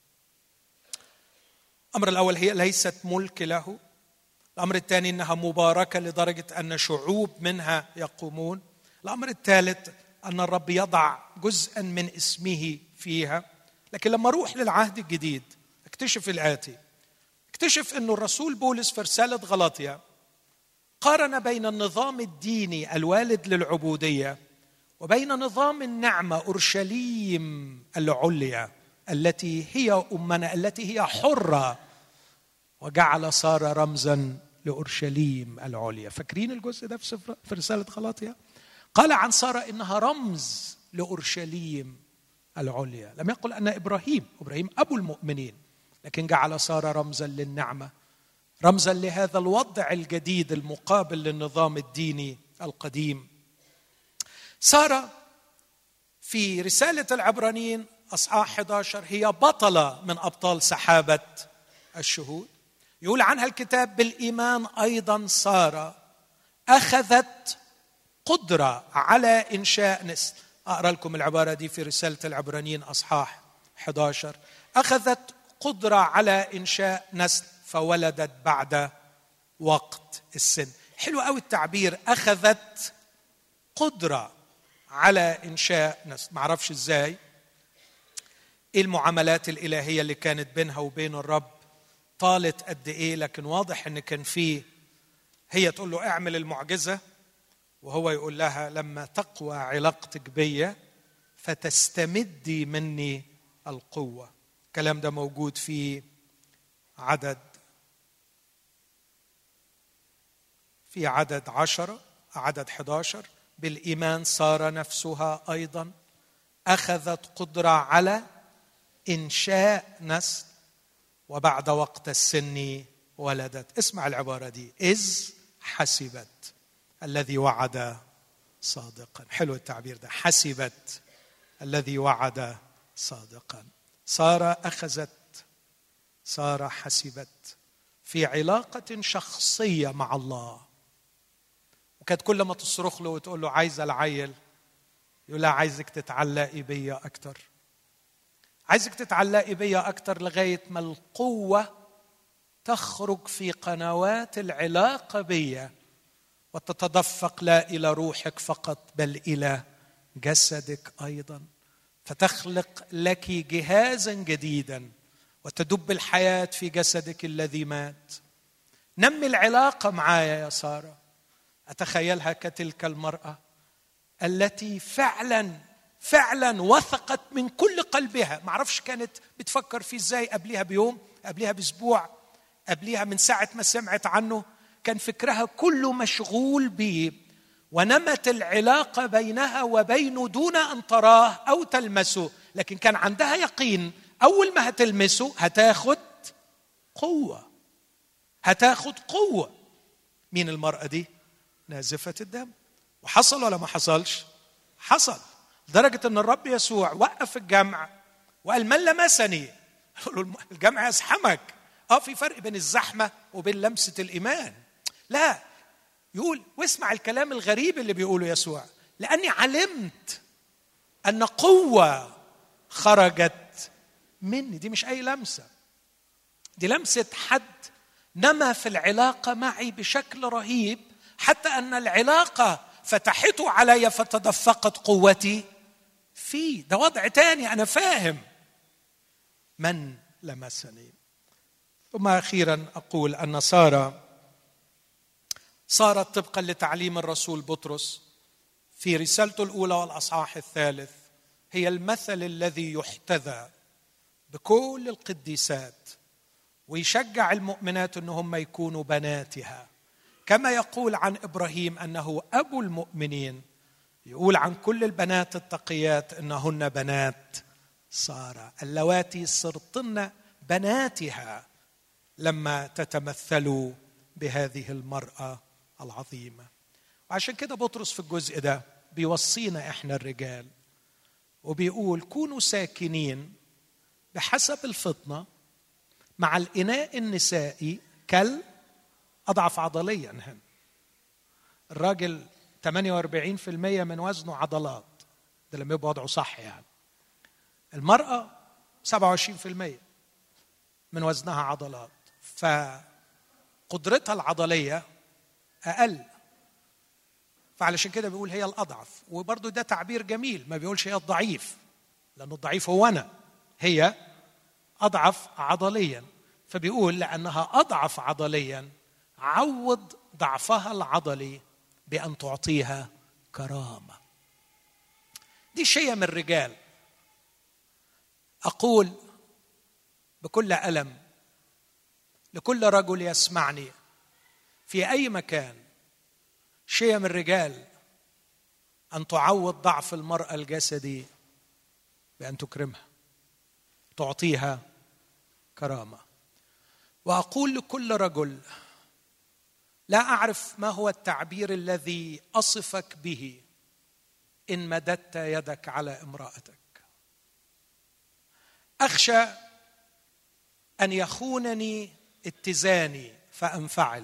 الأمر الأول هي ليست ملك له. الأمر الثاني أنها مباركة لدرجة أن شعوب منها يقومون. الأمر الثالث أن الرب يضع جزءا من اسمه فيها. لكن لما أروح للعهد الجديد اكتشف الآتي، اكتشف أن الرسول بولس في رسالة غلاطيا قارن بين النظام الديني الوالد للعبودية وبين نظام النعمة أورشليم العليا التي هي أمنا، التي هي حرة، وجعل سارة رمزا لأورشليم العليا. فاكرين الجزء ده في في رسالة غلاطيا؟ قال عن سارة إنها رمز لأورشليم العليا. لم يقل أن إبراهيم إبراهيم أبو المؤمنين، لكن جعل سارة رمزا للنعمة، رمزا لهذا الوضع الجديد المقابل للنظام الديني القديم. سارة في رسالة العبرانيين أصحاح أحد عشر هي بطلة من أبطال سحابة الشهود. يقول عنها الكتاب بالإيمان أيضا سارة أخذت قدرة على إنشاء نسل. أقرأ لكم العبارة دي في رسالة العبرانيين أصحاح أحد عشر. أخذت قدرة على إنشاء نسل فولدت بعد وقت السن. حلو قوي التعبير، أخذت قدرة على إنشاء نسل. معرفش إزاي، إيه المعاملات الإلهية اللي كانت بينها وبين الرب، طالت قد إيه، لكن واضح إن كان فيه، هي تقول له اعمل المعجزة وهو يقول لها لما تقوى علاقتك بي فتستمدي مني القوة. الكلام ده موجود في عدد في عدد عشرة عدد أحد عشر. بالإيمان سارة نفسها أيضا أخذت قدرة على إنشاء نسل وبعد وقت السن ولدت. اسمع العبارة دي، إذ حسبت الذي وعد صادقا. حلو التعبير ده، حسبت الذي وعد صادقا. سارة أخذت، سارة حسبت في علاقة شخصية مع الله، وكانت كل ما تصرخ له وتقول له عايزة العيل يقول لها عايزك تتعلقي بيا أكتر، عايزك تتعلقي بيا أكتر، لغاية ما القوة تخرج في قنوات العلاقة بيا وتتدفق لا إلى روحك فقط بل إلى جسدك أيضا، فتخلق لك جهازا جديدا وتدب الحياة في جسدك الذي مات. نمي العلاقة معايا يا سارة. أتخيلها كتلك المرأة التي فعلا فعلا وثقت من كل قلبها. معرفش كانت بتفكر فيه ازاي، قبلها بيوم، قبلها باسبوع، قبلها من ساعة ما سمعت عنه، كان فكرها كله مشغول به، ونمت العلاقة بينها وبينه دون أن تراه أو تلمسه، لكن كان عندها يقين أول ما هتلمسه هتاخد قوة، هتاخد قوة. مين المرأة دي؟ نازفة الدم. وحصل ولا ما حصلش؟ حصل، لدرجة أن الرب يسوع وقف الجمع وقال من لمسني؟ الجمع يزحمك. آه في فرق بين الزحمة وبين لمسة الإيمان. لا، يقول واسمع الكلام الغريب اللي بيقوله يسوع، لأني علمت أن قوة خرجت مني. دي مش أي لمسة، دي لمسة حد نما في العلاقة معي بشكل رهيب، حتى أن العلاقة فتحته علي فتدفقت قوتي فيه. ده وضع تاني، أنا فاهم من لمسني. ثم أخيرا أقول أن سارة صارت طبقا لتعليم الرسول بطرس في رسالته الأولى والأصحاح الثالث هي المثل الذي يحتذى بكل القديسات، ويشجع المؤمنات أنهم يكونوا بناتها، كما يقول عن إبراهيم أنه أبو المؤمنين، يقول عن كل البنات التقيات أنهن بنات سارة اللواتي صرتن بناتها لما تتمثلوا بهذه المرأة العظيمة. وعشان كده بطرس في الجزء ده بيوصينا إحنا الرجال وبيقول كونوا ساكنين بحسب الفطنة مع الإناء النسائي كالأضعف عضليا. هنا الراجل ثمانية وأربعين بالمئة من وزنه عضلات، ده لما يبقى وضعه صح يعني. المرأة سبعة وعشرين بالمئة من وزنها عضلات، فقدرتها العضلية أقل، فعلشان كده بيقول هي الأضعف. وبرضو ده تعبير جميل، ما بيقولش هي الضعيف، لأنه الضعيف هو أنا، هي أضعف عضليا. فبيقول لأنها أضعف عضليا عوض ضعفها العضلي بأن تعطيها كرامة. دي شيء من الرجال. أقول بكل ألم لكل رجل يسمعني في أي مكان، شيء من الرجال أن تعوض ضعف المرأة الجسدي بأن تكرمها، تعطيها كرامة. وأقول لكل رجل، لا أعرف ما هو التعبير الذي أصفك به إن مددت يدك على امرأتك. أخشى أن يخونني اتزاني فأنفعل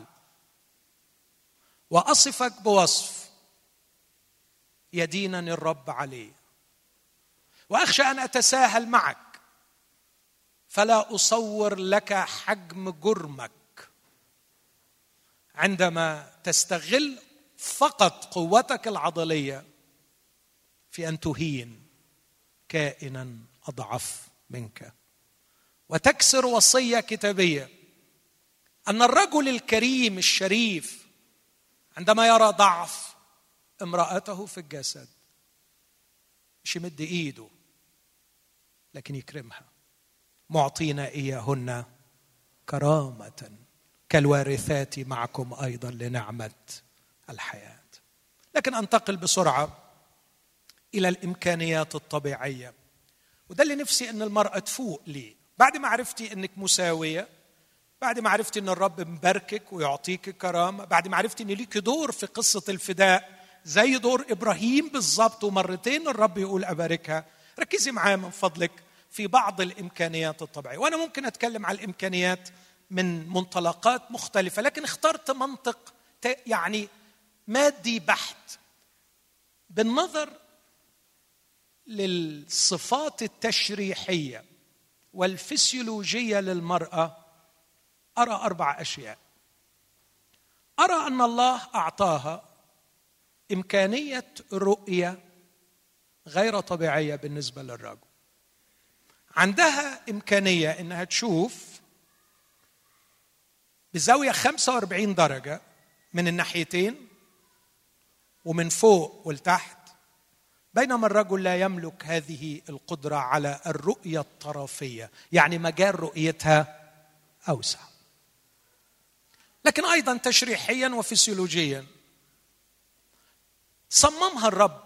وأصفك بوصف يدينني الرب عليه، وأخشى أن أتساهل معك فلا أصور لك حجم جرمك عندما تستغل فقط قوتك العضلية في أن تهين كائنا أضعف منك، وتكسر وصية كتابية أن الرجل الكريم الشريف عندما يرى ضعف امرأته في الجسد مش يمد إيده لكن يكرمها، معطينا إياهن كرامة كالوارثات معكم أيضا لنعمة الحياة. لكن أنتقل بسرعة إلى الإمكانيات الطبيعية، وده اللي نفسي أن المرأة تفوق لي. بعد ما عرفتي أنك مساوية، بعد ما عرفتي أن الرب مباركك ويعطيك كرامة، بعد ما عرفتي أن ليك دور في قصة الفداء زي دور إبراهيم بالضبط، ومرتين الرب يقول أباركها، ركزي معايا من فضلك في بعض الإمكانيات الطبيعية، وأنا ممكن أتكلم عن الإمكانيات من منطلقات مختلفة، لكن اخترت منطق يعني مادي بحت. بالنظر للصفات التشريحية والفسيولوجية للمرأة أرى أربع أشياء. أرى أن الله أعطاها إمكانية رؤية غير طبيعية بالنسبة للرجل. عندها إمكانية إنها تشوف بزاوية خمسة وأربعين درجة من الناحيتين ومن فوق والتحت، بينما الرجل لا يملك هذه القدرة على الرؤية الطرفية، يعني مجال رؤيتها أوسع. لكن أيضا تشريحيا وفسيولوجيا صممها الرب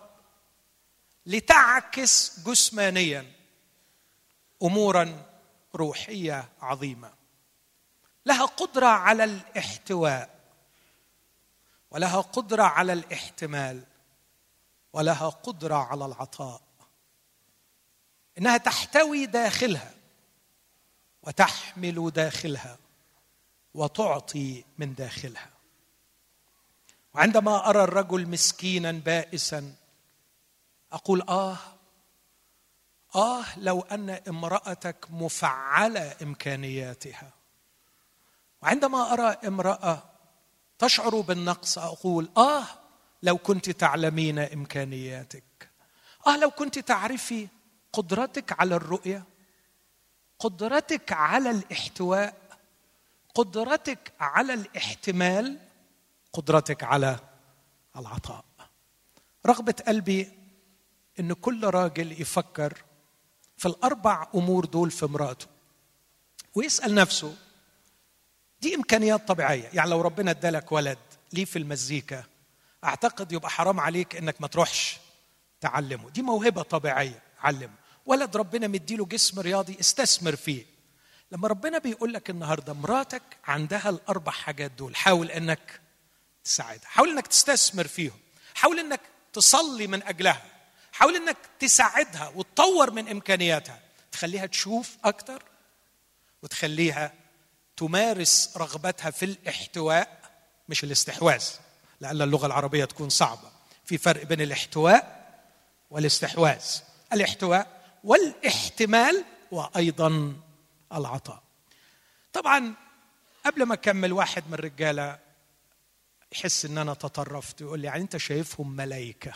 لتعكس جسمانيا أمورا روحية عظيمة. لها قدرة على الاحتواء، ولها قدرة على الاحتمال، ولها قدرة على العطاء. إنها تحتوي داخلها وتحمل داخلها وتعطي من داخلها. وعندما أرى الرجل مسكينا بائسا أقول آه آه لو أن امرأتك مفعلة إمكانياتها. وعندما أرى امرأة تشعر بالنقص أقول آه لو كنت تعلمين إمكانياتك، آه لو كنت تعرفي قدرتك على الرؤية، قدرتك على الاحتواء، قدرتك على الاحتمال، قدرتك على العطاء. رغبة قلبي إن كل راجل يفكر في الأربع أمور دول في امرأته ويسأل نفسه دي إمكانيات طبيعية. يعني لو ربنا ادالك ولد ليه في المزيكا أعتقد يبقى حرام عليك إنك ما تروحش تعلمه، دي موهبة طبيعية علمه. ولد ربنا مديله جسم رياضي استثمر فيه. لما ربنا بيقول لك النهاردة مراتك عندها الأربع حاجات دول، حاول إنك تساعدها، حاول إنك تستثمر فيهم، حاول إنك تصلي من أجلها، حاول إنك تساعدها وتطور من إمكانياتها، تخليها تشوف أكتر وتخليها تمارس رغبتها في الاحتواء مش الاستحواذ، لأن اللغة العربية تكون صعبة. في فرق بين الاحتواء والاستحواذ. الاحتواء والاحتمال وأيضا العطاء. طبعا قبل ما أكمل، واحد من الرجالة يحس إن أنا تطرفت يقول لي يعني أنت شايفهم ملايكة.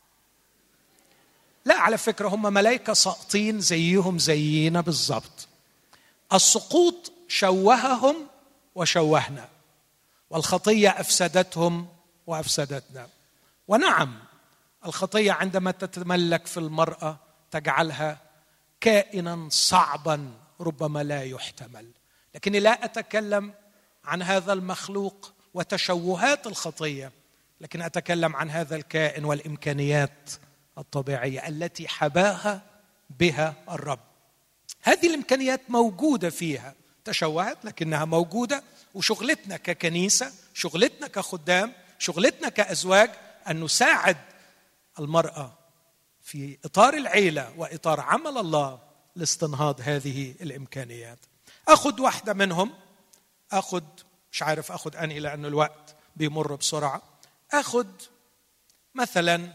لا، على فكرة هم ملايكة ساقطين زيهم زينا بالضبط. السقوط شوههم وشوهنا، والخطية أفسدتهم وأفسدتنا. ونعم الخطية عندما تتملك في المرأة تجعلها كائنا صعبا ربما لا يحتمل. لكني لا أتكلم عن هذا المخلوق وتشوهات الخطية، لكن أتكلم عن هذا الكائن والإمكانيات الطبيعية التي حباها بها الرب. هذه الإمكانيات موجودة فيها، تشوهت لكنها موجودة. وشغلتنا ككنيسة، شغلتنا كخدام، شغلتنا كأزواج أن نساعد المرأة في إطار العيلة وإطار عمل الله لاستنهاض هذه الإمكانيات. أخذ واحدة منهم، أخذ مش عارف أخذ أنهي لأن الوقت بيمر بسرعة. أخذ مثلا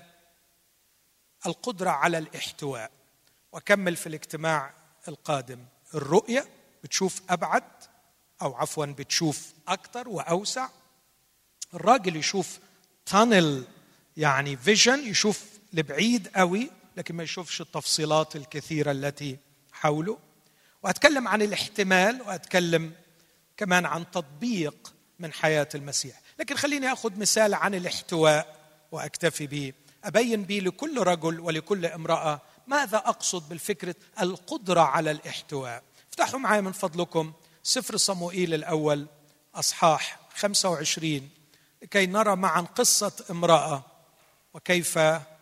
القدرة على الاحتواء، وكمل في الاجتماع القادم. الرؤية بتشوف أبعد، أو عفوا بتشوف أكتر وأوسع. الراجل يشوف تانل، يعني فيجن، يشوف لبعيد قوي لكن ما يشوفش التفصيلات الكثيرة التي حوله. وأتكلم عن الاحتمال، وأتكلم كمان عن تطبيق من حياة المسيح. لكن خليني أخذ مثال عن الاحتواء وأكتفي به، أبين به لكل رجل ولكل امرأة ماذا أقصد بالفكرة القدرة على الاحتواء. افتحوا معي من فضلكم سفر صموئيل الأول أصحاح خمسة وعشرين لكي نرى معا قصة امرأة وكيف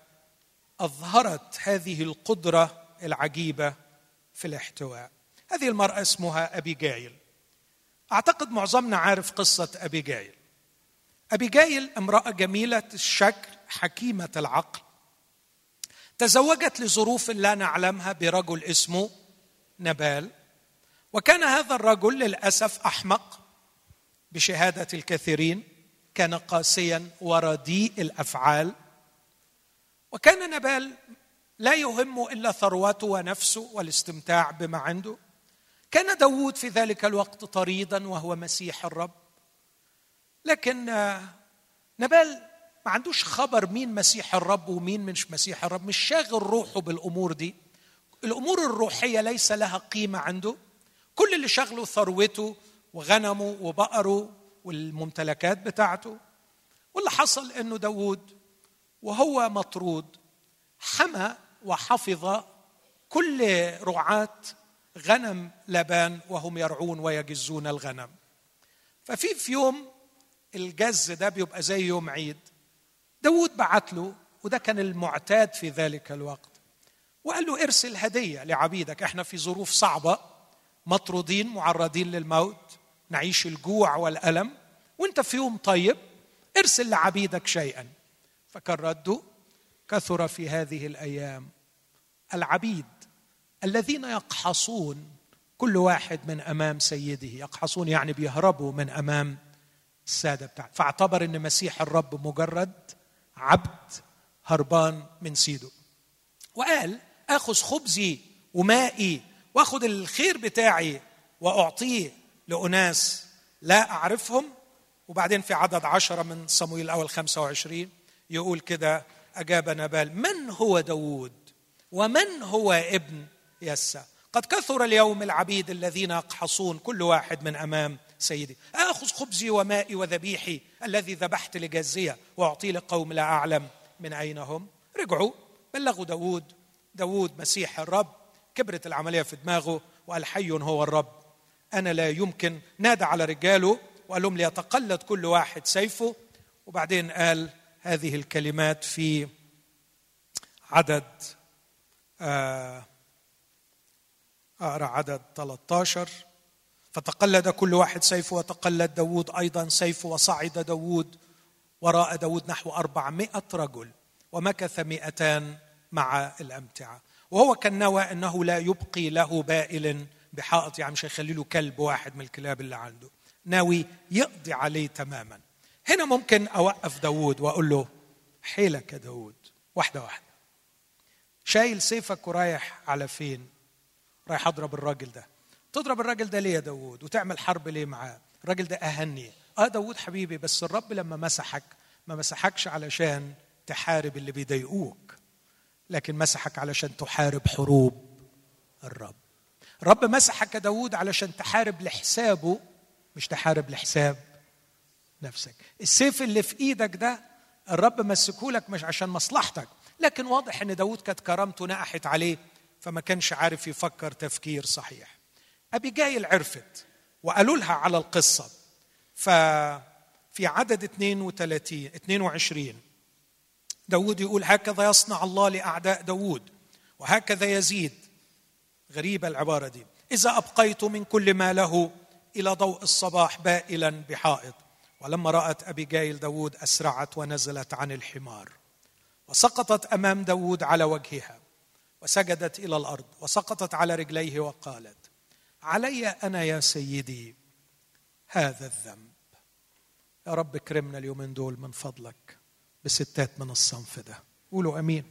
أظهرت هذه القدرة العجيبة في الاحتواء. هذه المرأة اسمها أبيجايل. أعتقد معظمنا عارف قصة أبيجايل. أبيجايل امرأة جميلة الشكل، حكيمة العقل، تزوجت لظروف لا نعلمها برجل اسمه نبال، وكان هذا الرجل للأسف أحمق بشهادة الكثيرين، كان قاسيا ورديء الأفعال، وكان نبال لا يهمه إلا ثروته ونفسه والاستمتاع بما عنده. كان داود في ذلك الوقت طريدا وهو مسيح الرب، لكن نبال ما عندوش خبر مين مسيح الرب ومين مش مسيح الرب، مش شاغل روحه بالأمور دي. الأمور الروحية ليس لها قيمة عنده، كل اللي شغله ثروته وغنمه وبقره والممتلكات بتاعته. واللي حصل أنه داود وهو مطرود حمى وحفظ كل رعاة غنم لابان وهم يرعون ويجزون الغنم. ففي في يوم الجز ده بيبقى زي يوم عيد، داود بعت له، وده كان المعتاد في ذلك الوقت، وقال له ارسل هدية لعبيدك، احنا في ظروف صعبة، مطرودين معرضين للموت، نعيش الجوع والألم، وانت في يوم طيب ارسل لعبيدك شيئا. فكان رده: كثر في هذه الأيام العبيد الذين يقحصون كل واحد من أمام سيده. يقحصون يعني بيهربوا من أمام السادة بتاعه. فاعتبر أن مسيح الرب مجرد عبد هربان من سيده، وقال أخذ خبزي ومائي وأخذ الخير بتاعي وأعطيه لأناس لا أعرفهم. وبعدين في عدد عشرة من صموئيل الأول خمسة وعشرين يقول كده: أجاب نبال: من هو داود ومن هو ابن يسى؟ قد كثر اليوم العبيد الذين يقحصون كل واحد من أمام سيدي. أخذ خبزي ومائي وذبيحي الذي ذبحت لجزية وأعطي لقوم لا أعلم من أين هم. رجعوا بلغوا داود، داود مسيح الرب. كبرت العملية في دماغه وقال: حي هو الرب، أنا لا يمكن. نادى على رجاله وقال لهم ليتقلد كل واحد سيفه. وبعدين قال هذه الكلمات في عدد آه أقرأ عدد ثلاثة عشر: فتقلد كل واحد سيفه وتقلد داود أيضا سيفه، وصعد داود وراء داود نحو أربعمائة رجل، ومكث مئتان مع الأمتعة. وهو كان نوى أنه لا يبقي له بائل بحائط، يعني مش هيخلي له كلب واحد من الكلاب اللي عنده، ناوي يقضي عليه تماما. هنا ممكن أوقف داود وأقول له: حيلك يا داود، واحدة واحدة، شايل سيفك ورايح على فين؟ رايح أضرب الراجل ده. تضرب الراجل ده ليه يا داود؟ وتعمل حرب ليه معاه؟ الراجل ده أهني. آه داود حبيبي، بس الرب لما مسحك ما مسحكش علشان تحارب اللي بيضايقوك، لكن مسحك علشان تحارب حروب الرب. الرب مسحك يا داود علشان تحارب لحسابه، مش تحارب لحساب نفسك. السيف اللي في ايدك ده الرب مسكهولك مش عشان مصلحتك، لكن واضح ان داود كانت كرامته نقحت عليه، فما كانش عارف يفكر تفكير صحيح. أبيجايل عرفت وقالوا لها على القصة. ففي عدد اثنين وثلاثين اثنين وعشرين داود يقول: هكذا يصنع الله لأعداء داود وهكذا يزيد. غريبة العبارة دي: إذا أبقيت من كل ما له إلى ضوء الصباح بائلا بحائط. ولما رأت أبيجايل داود أسرعت ونزلت عن الحمار وسقطت أمام داود على وجهها وسجدت إلى الأرض وسقطت على رجليه وقالت: علي أنا يا سيدي هذا الذنب. يا رب اكرمنا اليومين دول من فضلك بستات من الصنف ده. قولوا أمين.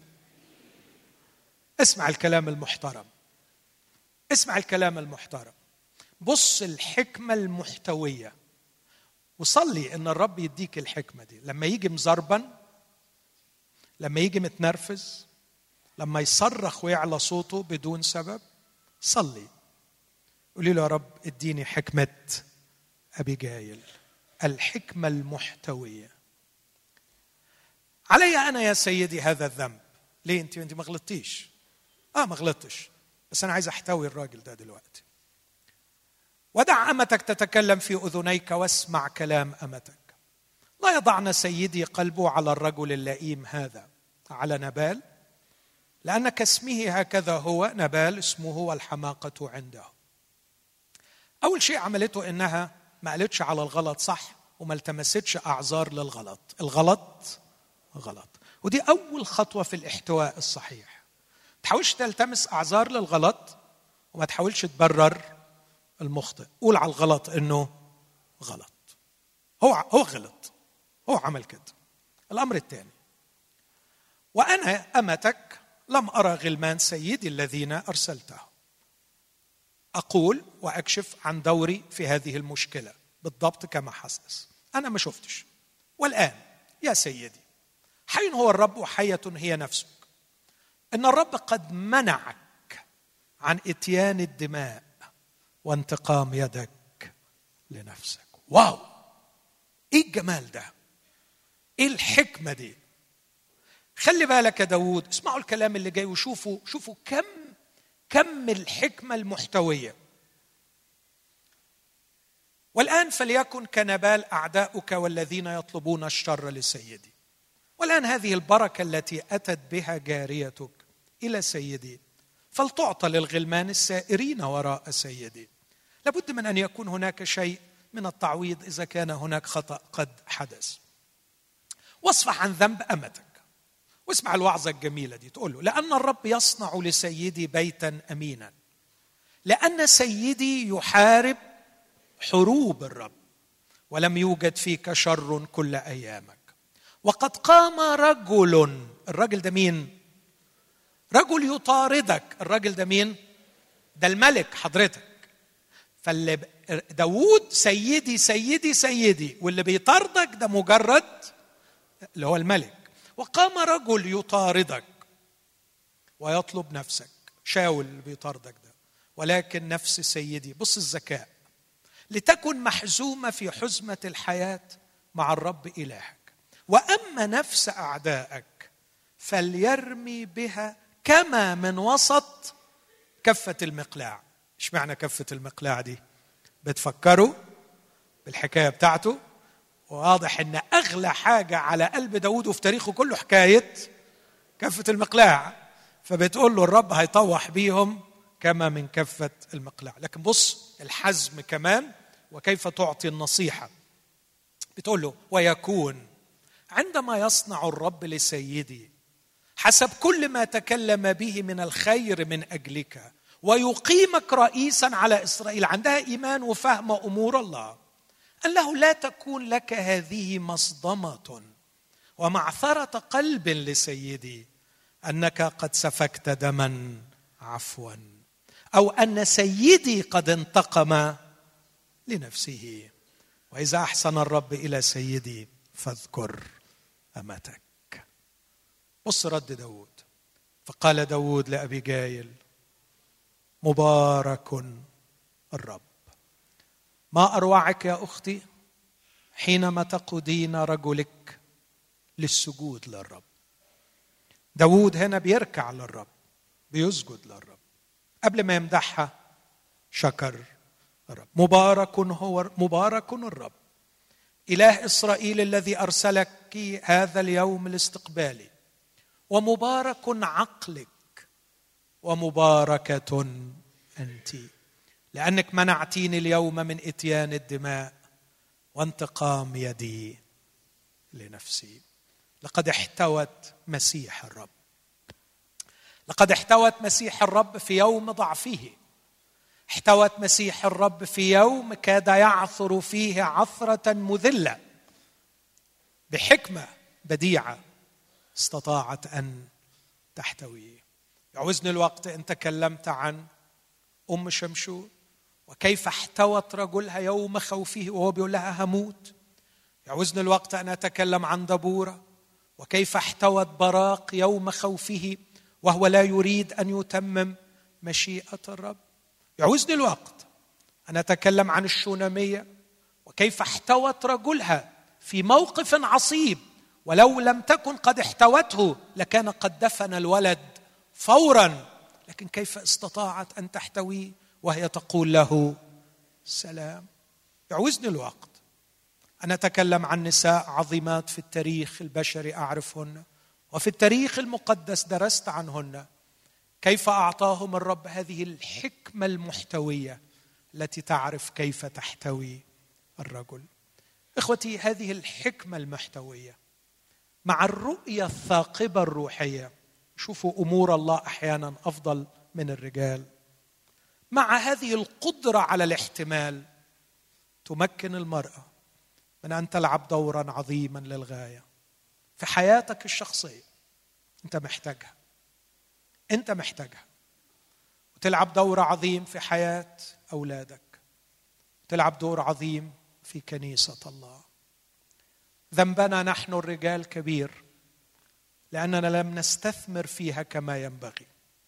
اسمع الكلام المحترم، اسمع الكلام المحترم. بص الحكمة المحتوية وصلي إن الرب يديك الحكمة دي. لما يجي مزربن، لما يجي متنرفز، لما يصرخ ويعلى صوته بدون سبب، صلي قولي له: يا رب اديني حكمة أبيجايل، الحكمة المحتوية. علي أنا يا سيدي هذا الذنب. ليه؟ أنت أنت ما غلطتيش. آه ما غلطتش، بس أنا عايز أحتوي الراجل ده دلوقتي. ودع أمتك تتكلم في أذنيك واسمع كلام أمتك. لا يضعن سيدي قلبه على الرجل اللئيم هذا، على نبال، لأن كاسمه هكذا هو. نبال اسمه والحماقة عنده. أول شيء عملته إنها ما قالتش على الغلط صح وما التمستش أعذار للغلط. الغلط غلط، ودي أول خطوة في الاحتواء الصحيح. ما تحاولش تلتمس اعذار للغلط وما تحاولش تبرر المخطئ. قول على الغلط انه غلط، هو هو غلط، هو عمل كده. الامر الثاني، وانا امتك لم ارى غلمان سيدي الذين ارسلتهم. اقول واكشف عن دوري في هذه المشكله بالضبط كما حسس. انا ما شفتش. والان يا سيدي، حي هو الرب وحية هي نفسك، ان الرب قد منعك عن اتيان الدماء وانتقام يدك لنفسك. واو، ايه الجمال ده، ايه الحكمة دي. خلي بالك يا داود، اسمعوا الكلام اللي جاي وشوفوا شوفوا كم كم الحكمة المحتوية. والآن فليكن كنبال أعداؤك والذين يطلبون الشر لسيدي. والآن هذه البركة التي أتت بها جاريتك إلى سيدي فلتعطى للغلمان السائرين وراء سيدي. لابد من أن يكون هناك شيء من التعويض إذا كان هناك خطأ قد حدث. واصفح عن ذنب أمتك. واسمع الوعظة الجميلة دي، تقول له: لأن الرب يصنع لسيدي بيتا أمينا، لأن سيدي يحارب حروب الرب ولم يوجد فيك شر كل أيامك. وقد قام رجل، الرجل ده مين؟ رجل يطاردك. الرجل ده مين؟ ده الملك حضرتك. فاللي داود سيدي سيدي سيدي، واللي بيطاردك ده مجرد اللي هو الملك. وقام رجل يطاردك ويطلب نفسك، شاول اللي بيطاردك ده، ولكن نفس سيدي، بص الذكاء، لتكن محزومة في حزمة الحياة مع الرب إلهك. وأما نفس أعدائك فليرمي بها كما من وسط كفة المقلاع. إيش معنى كفة المقلاع دي؟ بتفكروا بالحكاية بتاعته؟ واضح إن أغلى حاجة على قلب داود وفي تاريخه كله حكاية كفة المقلاع. فبتقول له الرب هيطوح بيهم كما من كفة المقلاع. لكن بص الحزم كمان وكيف تعطي النصيحة. بتقول له: ويكون عندما يصنع الرب لسيدي حسب كل ما تكلم به من الخير من أجلك ويقيمك رئيسا على إسرائيل. عندها إيمان وفهم أمور الله، أنه لا تكون لك هذه مصدمة ومعثرة قلب لسيدي أنك قد سفكت دما عفوا، أو أن سيدي قد انتقم لنفسه. وإذا أحسن الرب إلى سيدي فاذكر أمتك. بص رد داود. فقال داود لأبي جايل: مبارك الرب. ما أروعك يا أختي حينما تقودين رجلك للسجود للرب. داود هنا بيركع للرب، بيسجد للرب. قبل ما يمدحها شكر الرب. مبارك هو مبارك الرب إله إسرائيل الذي أرسلك هذا اليوم لاستقبالي، ومبارك عقلك ومباركة أنت، لأنك منعتيني اليوم من إتيان الدماء وانتقام يدي لنفسي. لقد احتوت مسيح الرب، لقد احتوت مسيح الرب في يوم ضعفه، احتوت مسيح الرب في يوم كاد يعثر فيه عثرة مذلة. بحكمة بديعة استطاعت أن تحتويه. يعوزني الوقت أن تكلمت عن أم شمشون وكيف احتوت رجلها يوم خوفه وهو بيقول لها هموت. يعوزني الوقت أن أتكلم عن دبورة وكيف احتوت براق يوم خوفه وهو لا يريد أن يتمم مشيئة الرب. يعوزني الوقت أن أتكلم عن الشونامية وكيف احتوت رجلها في موقف عصيب، ولو لم تكن قد احتوته لكان قد دفن الولد فورا، لكن كيف استطاعت أن تحتويه وهي تقول له سلام. يعوزني الوقت أن أتكلم عن نساء عظيمات في التاريخ البشري أعرفهن وفي التاريخ المقدس درست عنهن، كيف أعطاهم الرب هذه الحكمة المحتوية التي تعرف كيف تحتوي الرجل. إخوتي، هذه الحكمة المحتوية مع الرؤية الثاقبة الروحية شوفوا أمور الله أحيانا أفضل من الرجال. مع هذه القدرة على الاحتمال تمكن المرأة من أن تلعب دورا عظيما للغاية في حياتك الشخصية. أنت محتاجها، أنت محتاجها، وتلعب دور عظيم في حياة أولادك، تلعب دور عظيم في كنيسة الله. ذنبنا نحن الرجال كبير لأننا لم نستثمر فيها كما ينبغي،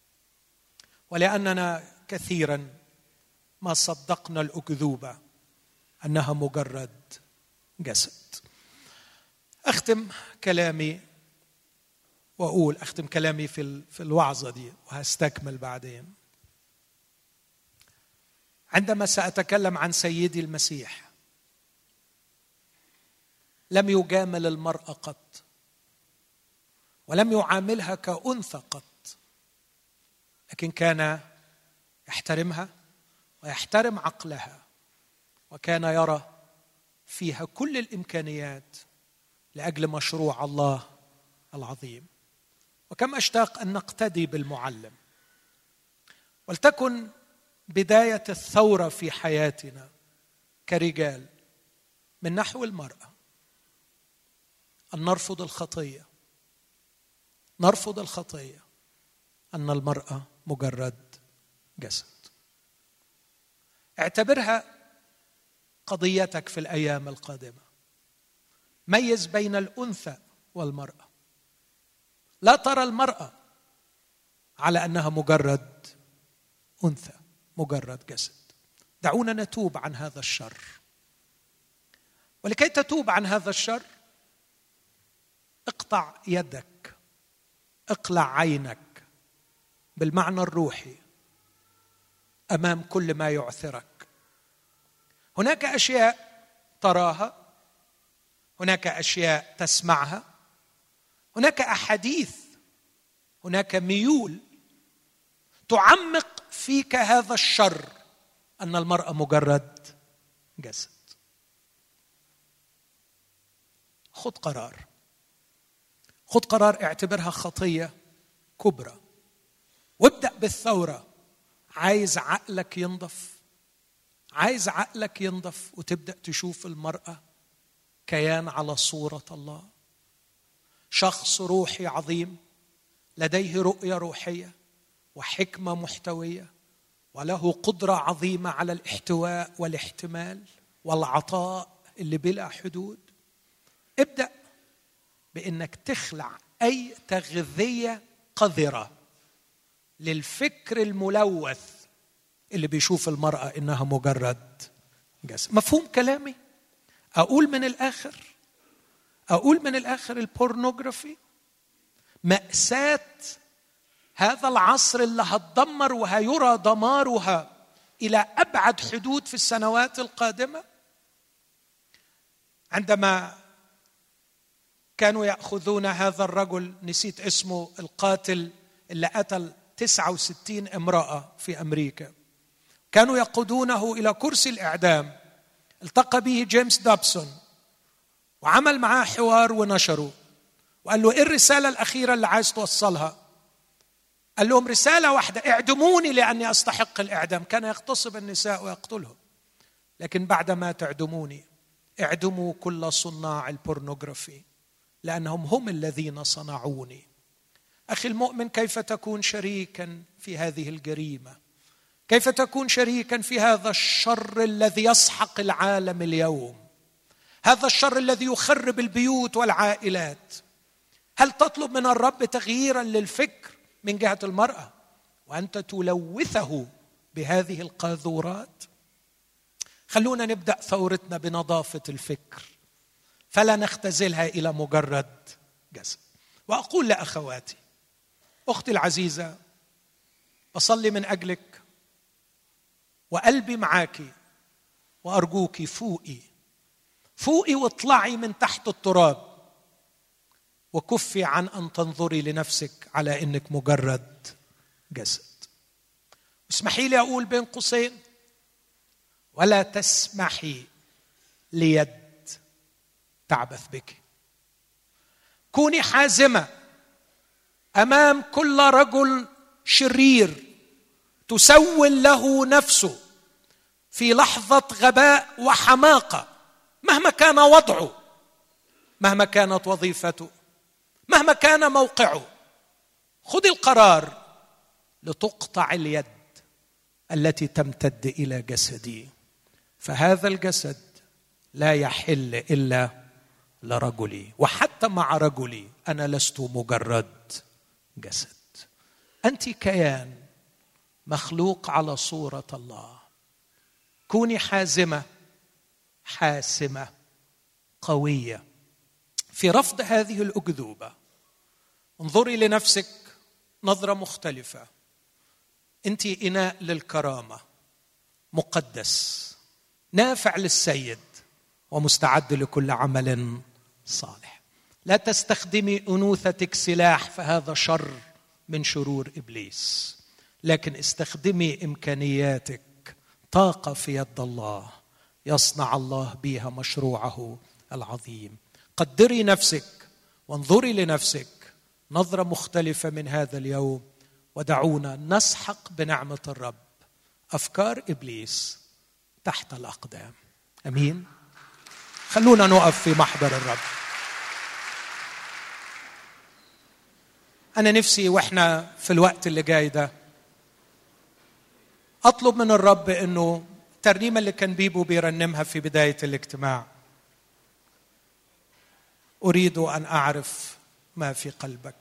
ولأننا كثيرا ما صدقنا الأكذوبة أنها مجرد جسد. أختم كلامي وأقول أختم كلامي في في الوعظة دي وهستكمل بعدين. عندما سأتكلم عن سيدي المسيح لم يجامل المرأة قط، ولم يعاملها كأنثى قط، لكن كان يحترمها ويحترم عقلها، وكان يرى فيها كل الإمكانيات لأجل مشروع الله العظيم. وكم أشتاق أن نقتدي بالمعلم. ولتكن بداية الثورة في حياتنا كرجال من نحو المرأة أن نرفض الخطية، نرفض الخطية أن المرأة مجرد جسد. اعتبرها قضيتك في الأيام القادمة. ميز بين الأنثى والمرأة. لا ترى المرأة على أنها مجرد أنثى، مجرد جسد. دعونا نتوب عن هذا الشر. ولكي تتوب عن هذا الشر اقطع يدك، اقلع عينك بالمعنى الروحي أمام كل ما يعثرك. هناك أشياء تراها، هناك أشياء تسمعها، هناك أحاديث، هناك ميول تعمق فيك هذا الشر أن المرأة مجرد جسد. خذ قرار، خذ قرار، اعتبرها خطية كبرى، وابدأ بالثورة. عايز عقلك ينضف، عايز عقلك ينضف وتبدأ تشوف المرأة كيان على صورة الله، شخص روحي عظيم لديه رؤية روحية وحكمة محتوية، وله قدرة عظيمة على الاحتواء والاحتمال والعطاء اللي بلا حدود. ابدأ بأنك تخلع أي تغذية قذرة للفكر الملوث اللي بيشوف المرأة إنها مجرد جسد. مفهوم كلامي؟ أقول من الآخر أقول من الآخر البورنوغرافي مأساة هذا العصر اللي هتدمر وهيرى دمارها إلى أبعد حدود في السنوات القادمة. عندما كانوا يأخذون هذا الرجل، نسيت اسمه، القاتل اللي قتل تسعة وستين امرأة في أمريكا، كانوا يقودونه إلى كرسي الإعدام. التقى به جيمس دابسون وعمل معاه حوار ونشره، وقال له إيه الرسالة الأخيرة اللي عايز توصلها؟ قال لهم رسالة واحدة: اعدموني لأني أستحق الإعدام. كان يغتصب النساء ويقتلهم، لكن بعدما تعدموني اعدموا كل صناع البورنوغرافي لأنهم هم الذين صنعوني. أخي المؤمن، كيف تكون شريكا في هذه الجريمة؟ كيف تكون شريكا في هذا الشر الذي يسحق العالم اليوم، هذا الشر الذي يخرب البيوت والعائلات؟ هل تطلب من الرب تغييرا للفكر من جهة المرأة وأنت تلوثه بهذه القاذورات؟ خلونا نبدأ ثورتنا بنظافة الفكر، فلا نختزلها إلى مجرد جسد. وأقول لأخواتي، أختي العزيزة، بصلي من أجلك وقلبي معاكي، وأرجوكي فوقي فوقي واطلعي من تحت التراب، وكفي عن أن تنظري لنفسك على أنك مجرد جسد. اسمحي لي أقول بين قوسين: ولا تسمحي ليد تعبث بك. كوني حازمة أمام كل رجل شرير تسول له نفسه في لحظة غباء وحماقة، مهما كان وضعه، مهما كانت وظيفته، مهما كان موقعه. خذ القرار لتقطع اليد التي تمتد إلى جسدي، فهذا الجسد لا يحل إلا لرجلي، وحتى مع رجلي أنا لست مجرد جسد. أنت كيان مخلوق على صورة الله. كوني حازمة، حاسمة، قوية في رفض هذه الأكذوبة. انظري لنفسك نظرة مختلفة. أنت إناء للكرامة، مقدس، نافع للسيد، ومستعد لكل عمل صالح. لا تستخدمي أنوثتك سلاح، فهذا شر من شرور إبليس، لكن استخدمي إمكانياتك، طاقة في يد الله يصنع الله بها مشروعه العظيم. قدري نفسك وانظري لنفسك نظرة مختلفة من هذا اليوم، ودعونا نسحق بنعمة الرب أفكار إبليس تحت الأقدام. أمين. خلونا نقف في محضر الرب. أنا نفسي وإحنا في الوقت اللي جاي ده أطلب من الرب إنه الترنيمة اللي كان بيبو بيرنمها في بداية الاجتماع، أريد أن أعرف ما في قلبك.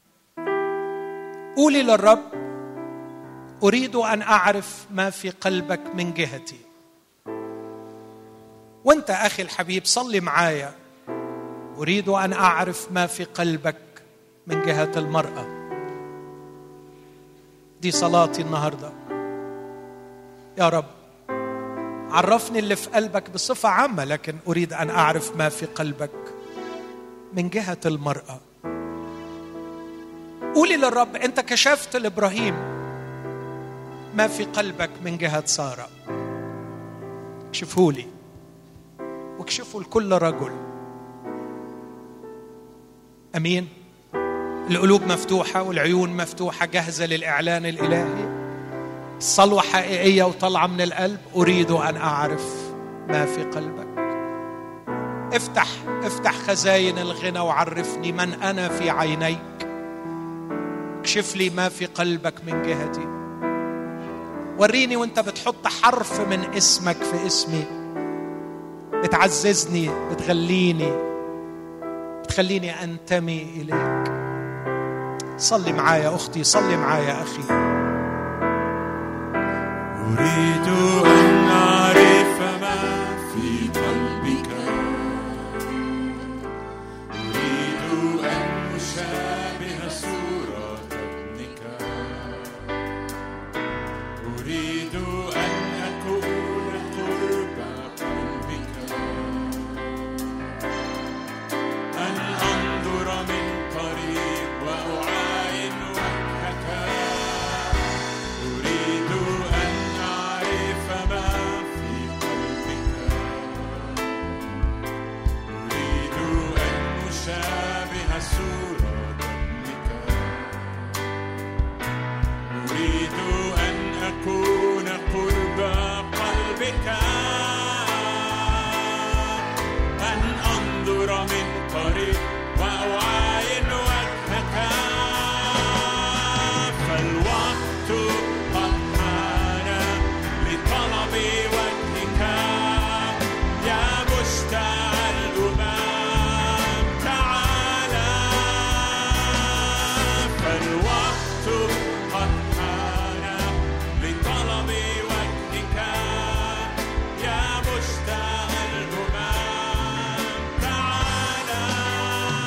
قولي للرب أريد أن أعرف ما في قلبك من جهتي. وانت أخي الحبيب صلي معايا، أريد أن أعرف ما في قلبك من جهة المرأة. دي صلاتي النهاردة. يا رب عرفني اللي في قلبك بصفة عامة، لكن أريد أن أعرف ما في قلبك من جهة المرأة. قولي للرب أنت كشفت لإبراهيم ما في قلبك من جهة سارة، اكشفه لي واكشفه لكل رجل. أمين. القلوب مفتوحة والعيون مفتوحة، جاهزة للإعلان الإلهي. الصلوة حقيقية وطلعة من القلب. أريد أن أعرف ما في قلبك. افتح افتح خزاين الغنى وعرفني من أنا في عينيك. اكشف لي ما في قلبك من جهتي. وريني وانت بتحط حرف من اسمك في اسمي، بتعززني، بتغليني، بتخليني أنتمي إليك. صلي معايا أختي، صلي معايا أخي. أريد أن أعرف ما في قلبك، أريد أن أشابه صورة ابنك، أريد أن أكون قرب قلبك، أن أنظر من قريب وأعاين وجهك. أريد أن أعرف ما في قلبك، أريد أن أشابه صورة ابنك، أريد أن أكون قرب قلبك، أن أنظر من قريب وأعاين وجهك. فالوقت قد حان لطلب وجهك، يا مشتاق الأمم تعالى. فالوقت قد حان لطلب وجهك، يا مشتاق الأمم تعالى.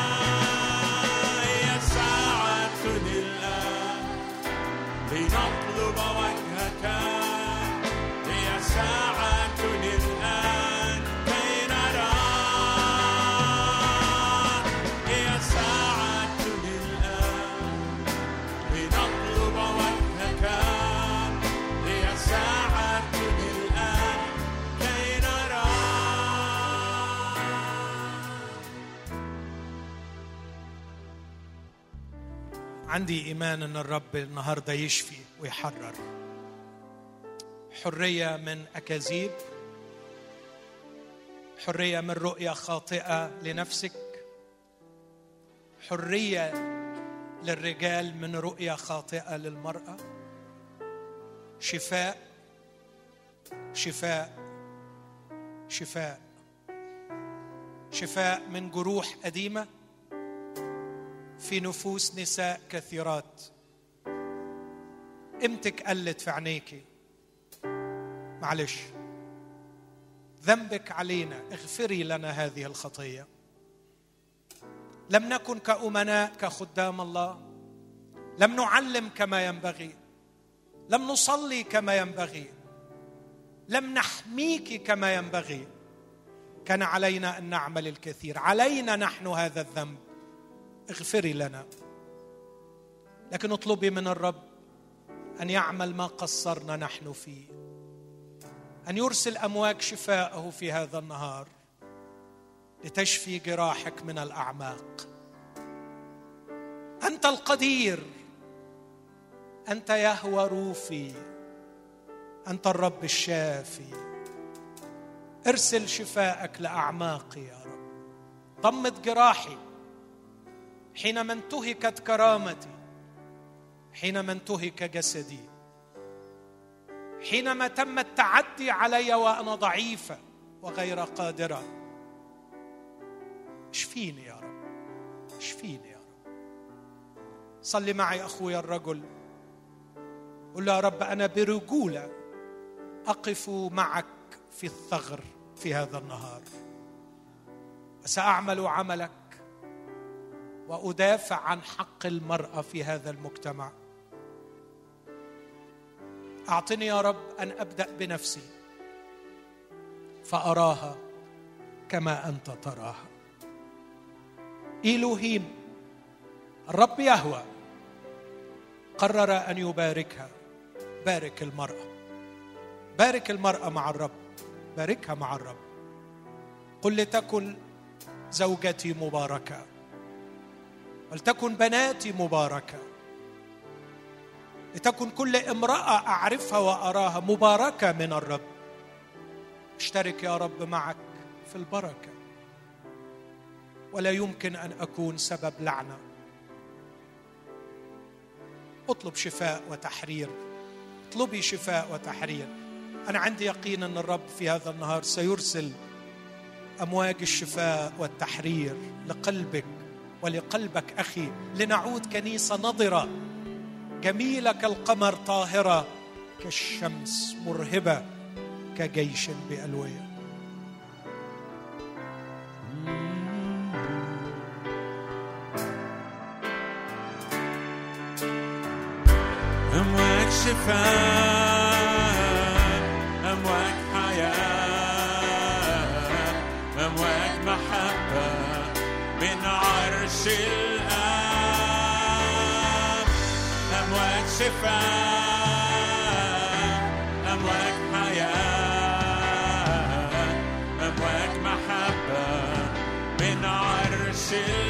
عندي إيمان أن الرب النهاردة يشفي ويحرر. حرية من أكاذيب، حرية من رؤية خاطئة لنفسك، حرية للرجال من رؤية خاطئة للمرأة. شفاء شفاء شفاء شفاء من جروح قديمة في نفوس نساء كثيرات. قيمتك قلت في عينيكي، معلش ذنبك علينا، اغفري لنا هذه الخطية. لم نكن كأمناء كخدام الله، لم نعلم كما ينبغي، لم نصلي كما ينبغي، لم نحميك كما ينبغي. كان علينا أن نعمل الكثير، علينا نحن هذا الذنب، اغفري لنا. لكن اطلبي من الرب أن يعمل ما قصرنا نحن فيه، أن يرسل أمواج شفاءه في هذا النهار لتشفي جراحك من الأعماق. أنت القدير، أنت يهوى روفي، أنت الرب الشافي. ارسل شفاءك لأعماقي يا رب. ضمد جراحي حينما انتهكت كرامتي، حينما انتهك جسدي، حينما تم التعدي علي وأنا ضعيفة وغير قادرة. اشفيني يا رب، اشفيني يا رب. صلي معي أخويا الرجل، قل يا رب أنا برجولة أقف معك في الثغر في هذا النهار، وسأعمل عملك وأدافع عن حق المرأة في هذا المجتمع. أعطني يا رب أن أبدأ بنفسي فأراها كما أنت تراها. إلهيم الرب يهوى قرر أن يباركها. بارك المرأة، بارك المرأة مع الرب، باركها مع الرب. قل لتكن زوجتي مباركة، ولتكن بناتي مباركة، لتكن كل امرأة أعرفها وأراها مباركة من الرب. اشترك يا رب معك في البركة، ولا يمكن أن أكون سبب لعنة. اطلب شفاء وتحرير، اطلبي شفاء وتحرير. أنا عندي يقين أن الرب في هذا النهار سيرسل أمواج الشفاء والتحرير لقلبك ولقلبك أخي، لنعود كنيسة نضرة جميلة كالقمر، طاهرة كالشمس، مرهبة كجيش بألوية. أمواج شفاء، أمواج حياة، أمواج محبة من عرش الآب. أمواج شفاء، أمواج حياة، أمواج محبة من عرش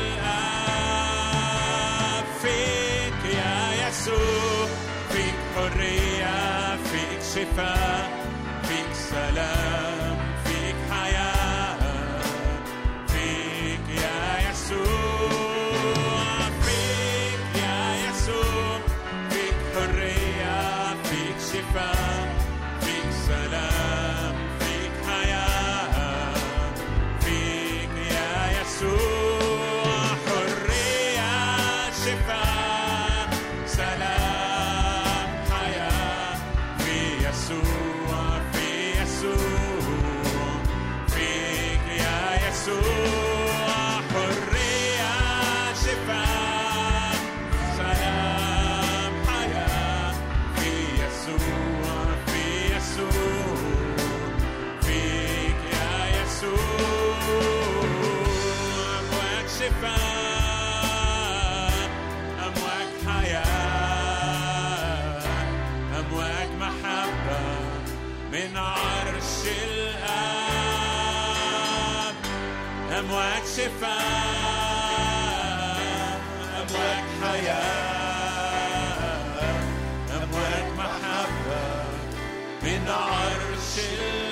الآب. فيك يا يسوع، فيك حرية، فيك شفاء، فيك سلام، فيك حياة. فيك يا يسوع، فيك يا يسوع، فيك حرية، فيك شفاء، فيك سلام، فيك حياة. فيك يا يسوع، حرية، شفاء، سلام، حياة. في يسوع، في يسوع، فيك يا يسوع، حرية، شفاء، سلام، حياة. في يسوع، في يسوع، فيك يا يسوع. أمواج شفاء، أمواج حياة، أمواج محبة من عرش الآب. أمواج شفاء، أمواج حياة، من عرش